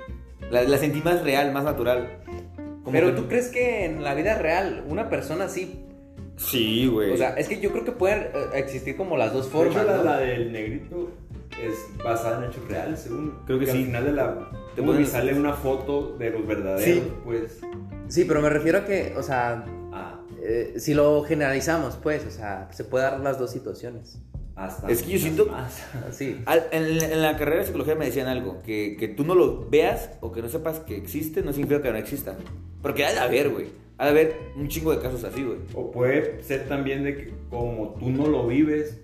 La, la sentí más real, más natural. Como Pero que- tú crees que en la vida real una persona así, Sí, güey. o sea, es que yo creo que pueden eh, existir como las dos De formas, hecho, la, ¿no? la del negrito es basada en hechos reales, según. Creo que Porque sí. Al final de la Te movie ponen- sale una foto de los verdaderos, Sí. pues. Sí, pero me refiero a que, o sea, Ah, eh, si lo generalizamos, pues, o sea, se puede dar las dos situaciones. hasta Es que yo siento- más. Así. Al- en, en la carrera de psicología me decían algo, que, que tú no lo veas o que no sepas que existe, no significa que no exista. Porque ha de haber, güey. Ha de haber un chingo de casos así, güey. O puede ser también de que como tú no lo vives,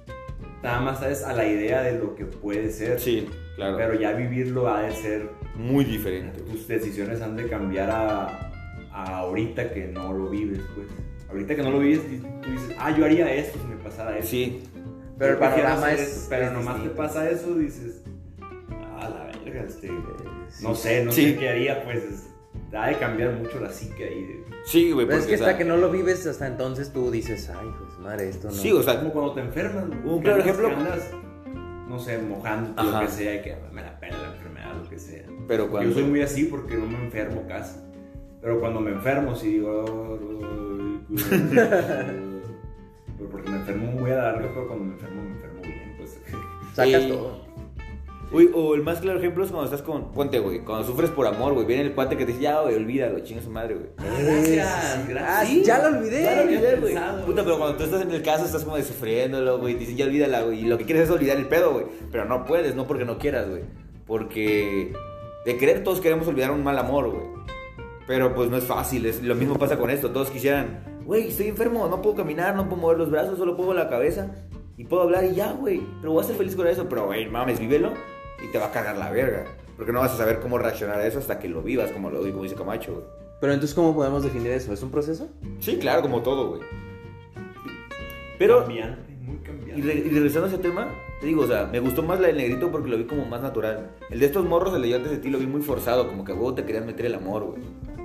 nada más sabes a la idea de lo que puede ser. Sí, claro. Pero ya vivirlo ha de ser, Muy diferente. tus decisiones han de cambiar a, a ahorita que no lo vives, pues. Ahorita que no lo vives, tú dices, ah, yo haría esto si me pasara eso. Sí. Pero el Yo prefiero panorama hacer es- eso, Pero es nomás distinto. te pasa eso, dices, ah, la verga, este. sí. No sé, no Sí. sé qué haría, pues. es- ha de cambiar mucho la psique ahí. de- Sí, güey. Pero es porque, que o sea, hasta que no lo vives, hasta entonces tú dices, ay, pues madre, esto no. Sí, o sea, Como cuando te enfermas. Un que claro andas- ejemplo- que andas, no sé, mojándote, Ajá. lo que sea, y que me la pena la enfermedad, lo que sea. pero cuando... Yo soy muy así porque no me enfermo casi. Pero cuando me enfermo, sí digo. "Ay, cuidado". Pero porque me enfermo muy a la larga, pero cuando me enfermo, me enfermo bien, pues. Sacas Sí. todo. Uy, o el más claro ejemplo es cuando estás con... Ponte, güey. Cuando sufres por amor, güey. Viene el cuate que te dice, ya, güey, olvídalo, chinga su madre, güey. Gracias, gracias. Ah, ya lo olvidé. Ya lo olvidé, güey. pensado. Puta, pero cuando tú estás en el caso, estás como de sufriéndolo, güey. Dicen, ya olvídala, güey. Y lo que quieres es olvidar el pedo, güey. Pero no puedes, no porque no quieras, güey. Porque de querer todos queremos olvidar un mal amor, güey. Pero pues no es fácil. Es, lo mismo pasa con esto. Todos quisieran, güey, estoy enfermo, no puedo caminar, no puedo mover los brazos, solo puedo la cabeza. Y puedo hablar y ya, güey. Pero voy a ser feliz con eso. Pero, güey, mames, vívelo y te va a cagar la verga. Porque no vas a saber cómo reaccionar a eso hasta que lo vivas, como, lo, como dice Camacho, güey. Pero entonces, ¿cómo podemos definir eso? ¿Es un proceso? Sí, claro, como todo, güey. Pero... Cambiante, muy cambiante. Y, re- y regresando a ese tema, te digo, o sea, me gustó más la del negrito porque lo vi como más natural. El de estos morros, el de yo antes de ti, lo vi muy forzado, como que a huevo te querían meter el amor, güey.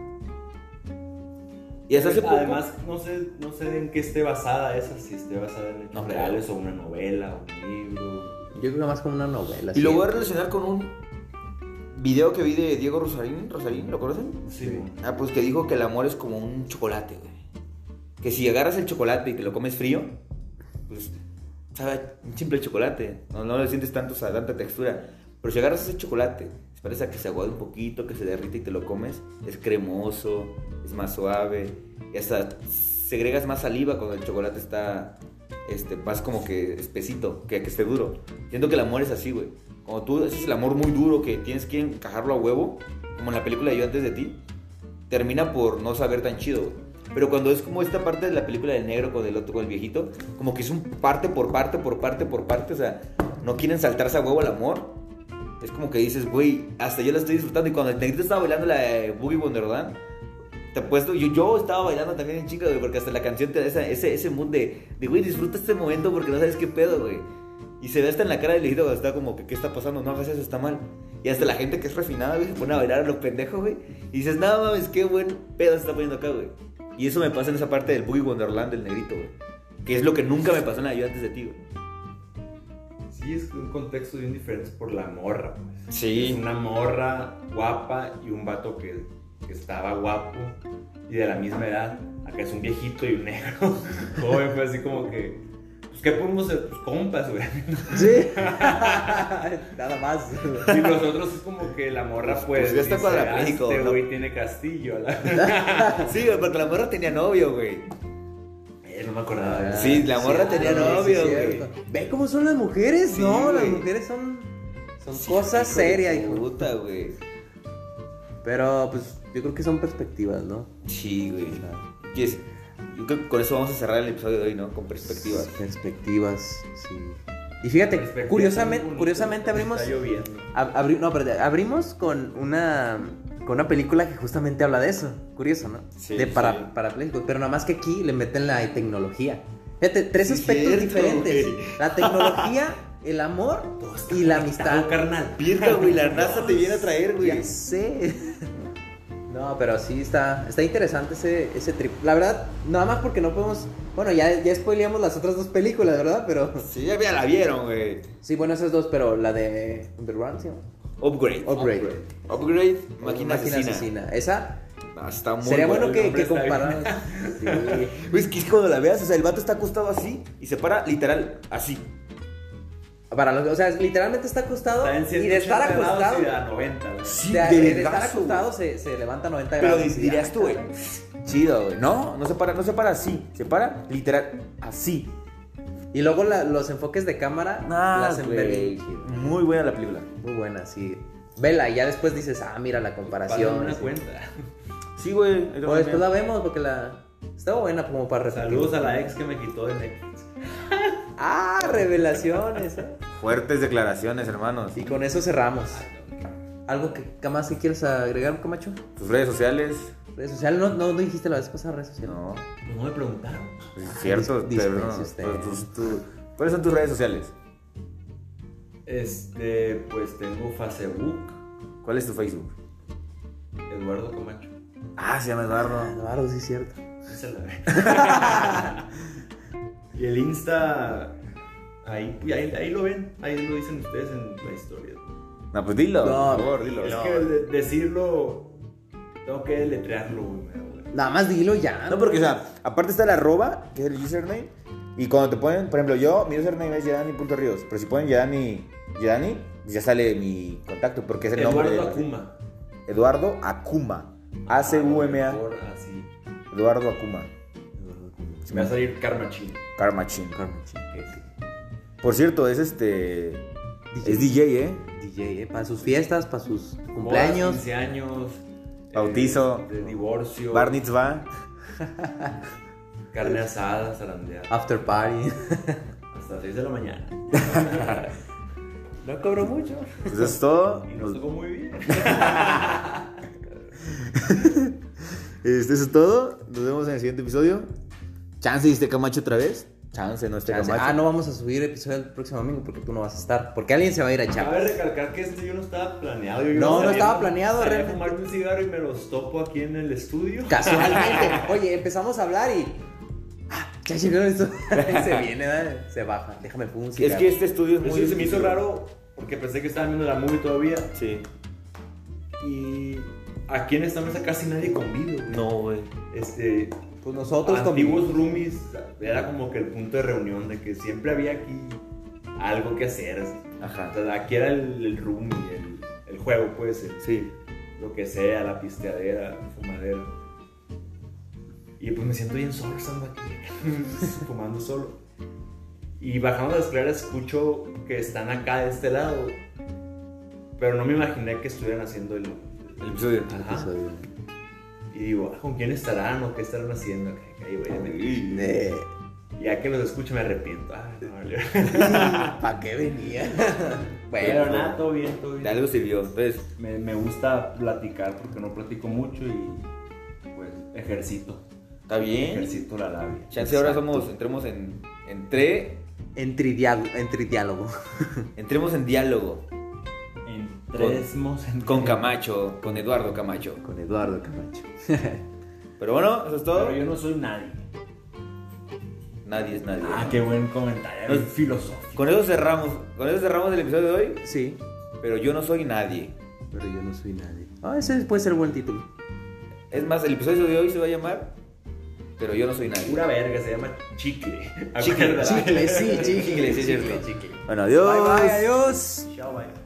Y hasta hace poco... Además, no sé, no sé en qué esté basada esa, si esté basada en hechos No, reales o una novela o un libro. Yo creo que más como una novela. Y lo voy a sí. relacionar con un video que vi de Diego Rosarín, Rosarín, ¿lo conocen? Sí. Ah, pues que dijo que el amor es como un chocolate, güey. Que si agarras el chocolate y te lo comes frío, pues sabe un simple chocolate, no, no le sientes tanto, o sea, tanta textura. Pero si agarras ese chocolate, esperas a que se aguade un poquito, que se derrite y te lo comes, es cremoso, es más suave, y hasta segregas más saliva cuando el chocolate está este, más como que espesito, que, que esté duro. Siento que el amor es así, güey. Cuando tú haces el amor muy duro, que tienes que encajarlo a huevo, como en la película de Yo antes de ti, termina por no saber tan chido, güey. Pero cuando es como esta parte de la película del negro con el otro, con el viejito, como que es un parte por parte, por parte, por parte, o sea, no quieren saltarse a huevo el amor. Es como que dices, güey, hasta yo la estoy disfrutando. Y cuando el negrito estaba bailando la de Boogie Wonderland, te apuesto, yo, yo estaba bailando también en chica, güey, porque hasta la canción te da esa, ese, ese mood de, de, güey, disfruta este momento porque no sabes qué pedo, güey. Y se ve hasta en la cara del viejito cuando está como que, ¿qué está pasando? No hagas eso, está mal. Y hasta la gente que es refinada, güey, se pone a bailar a los pendejos, güey. Y dices, no mames, qué buen pedo se está poniendo acá, güey. Y eso me pasa en esa parte del Boogie Wonderland del negrito, güey. Que es lo que nunca me pasó en la Yo antes de ti, güey. Sí, es un contexto bien diferente por la morra, pues. Sí. Es una morra guapa y un vato que, que estaba guapo y de la misma edad. Acá es un viejito y un negro joven, fue así como que, pues, ¿qué podemos ser? Pues compas, güey. Sí. Nada más. Y nosotros es como que la morra, pues, Pues ya está dice, cuadrapléjico, "Ah, este ¿no?" güey tiene castillo. La... Sí, güey, porque la morra tenía novio, güey. Eh, no me acordaba de eso. Sí, la morra tenía novio, güey. cierto. Ve cómo son las mujeres, Sí, ¿no? Las güey. mujeres son, son Sí, cosas hijo de serias, hijo. puta, güey. Pero, pues, yo creo que son perspectivas, ¿no? Sí, güey. Y es, yo creo que con eso vamos a cerrar el episodio de hoy, ¿no? Con perspectivas. Perspectivas, sí. Y fíjate, curiosamente, curiosamente abrimos... Está lloviendo. ab- abri- no, pero abrimos con una... Con una película que justamente habla de eso. Curioso, ¿no? Sí, de para, sí. parapléjicos. Pero nada más que aquí le meten la tecnología. Fíjate, tres Sí, aspectos cierto, diferentes. güey. La tecnología, el amor y la amistad. Carnal. Pierda, güey, la NASA te viene a traer, güey. Ya sé. No, pero sí está, está interesante ese, ese trip. La verdad, nada más porque no podemos... Bueno, ya, ya spoileamos las otras dos películas, ¿verdad? Pero... Sí, ya la vieron, güey. Sí, bueno, esas dos, pero la de Underground, ¿sí? Upgrade. Upgrade. Upgrade, máquina, asesina. asesina. Esa... Ah, está muy Sería bueno el que, nombre que está bien. compararan. Sí. Güey, es que es cuando la veas, o sea, el vato está acostado así y se para literal así. Para los, o sea, literalmente está acostado Está en y ciento de estar ochenta grados acostado, y a noventa, güey. Sí, de, de de estar vergazo, acostado se, se levanta noventa Pero grados. y dirías ya, tú, güey, cabrón. chido, güey. No, no se para, no se para así. Se para literal así. Y luego la- los enfoques de cámara Ah, la hacen ver güey. bien chido. Muy buena la película. Muy buena, sí. Vela y ya después dices, ah, mira la comparación. Pásame una sí. cuenta. Sí, güey. O después la vemos porque la... Está buena como para repetir. Saludos a la ex que me quitó de Netflix. Ah, revelaciones. ¿eh? Fuertes declaraciones, hermanos. Y con eso cerramos. ¿Algo que que más que quieres agregar, Camacho? Tus redes sociales. ¿Redes sociales? No, no, no dijiste la vez pasada redes sociales. No, No me preguntaron. es cierto, dis- pero no. dispense usted. Pero tus- tu- ¿Cuáles son tus redes sociales? Este, pues tengo Facebook, ¿Cuál es tu Facebook? Eduardo Camacho. Ah, se llama Eduardo. Eduardo, sí es cierto. Esa la ve. Y el Insta, ahí, y ahí, ahí lo ven, ahí lo dicen ustedes en la historia. No, pues dilo, No, por favor, dilo. Es No. que de- decirlo, tengo que deletrearlo, güey. güey. Nada más dilo ya. No, porque, o sea, aparte está el arroba, que es el username. Y cuando te ponen, por ejemplo, yo, mi username es Yedani.ríos. Pero si ponen Yedani, Yedani, pues ya sale mi contacto, porque es el nombre Eduardo de Akuma. Eduardo Akuma. A C U M A. Mejor así. Eduardo Akuma. Me va a salir Karma Chin. Karma Chin. Carmen, sí. Por cierto, es este. D J. Es D J, ¿eh? D J, ¿eh? Para sus fiestas, para sus Bodas, cumpleaños. quince años. Bautizo. eh, de divorcio. Bar mitzvah. Carne asada, zarandeada. After party. Hasta las seis de la mañana. No cobro mucho. Pues eso es todo. Y nos tocó muy bien. Este, eso es todo. Nos vemos en el siguiente episodio. Chance diste Camacho otra vez. Chance no esté Chance. Camacho. Ah, no vamos a subir episodio el próximo domingo porque tú no vas a estar. Porque alguien se va a ir a Cabe Chiapas. recalcar que este yo no estaba planeado. Yo No, iba no saliendo- estaba planeado, salí a realmente. fumarme un cigarro y me los topo aquí en el estudio. Casualmente. Oye, empezamos a hablar y. Ah, ya llegó esto. Se viene, ¿verdad? Se baja. Déjame fumar un Es cigarro. que este estudio es Eso muy. se me hizo raro porque pensé que estaban viendo la movie todavía. Sí. Y aquí en esta mesa casi nadie convive, güey. No, güey. Este, Pues nosotros antiguos convivimos. roomies era como que el punto de reunión de que siempre había aquí algo que hacer. Ajá. O sea, aquí era el, el roomie, el, el juego, pues, el- Sí. lo que sea, la pisteadera, la fumadera. Y pues me siento bien solo estando aquí, fumando solo. Y bajando las escaleras escucho que están acá de este lado. Pero no me imaginé que estuvieran haciendo el... El episodio. Ajá. Y digo, ah, ¿con quién estarán o qué estarán haciendo? Que- que ahí voy a meter. Eh, Ya que los escucho me arrepiento. Ay, no, vale. ¿Para qué venía? Pero Bueno, nada, todo bien, todo De bien. algo sirvió. Entonces, Me, me gusta platicar porque no platico mucho y pues ejercito. está bien. Ejercito la labia. Chance ahora somos, entremos en. Entre. entre diálogo. Entre diálogo. Entremos en diálogo. Entremos en... Con Camacho, con Eduardo Camacho. Con Eduardo Camacho. Pero bueno, eso es todo. Pero yo no soy nadie. Nadie es nadie. Ah, qué buen comentario. No, Es filosófico. Con eso cerramos. Con eso cerramos el episodio de hoy. Sí. Pero yo no soy nadie. Pero yo no soy nadie. Ah, ese puede ser buen título. Es más, el episodio de hoy se va a llamar Pero yo no soy nadie. Pura verga, se llama chicle. Chicle, Acuérdate. Chicle, sí, chicle, Chicle, sí, chicle, cierto. chicle. Bueno, adiós. Bye, bye, adiós. Chao, bye.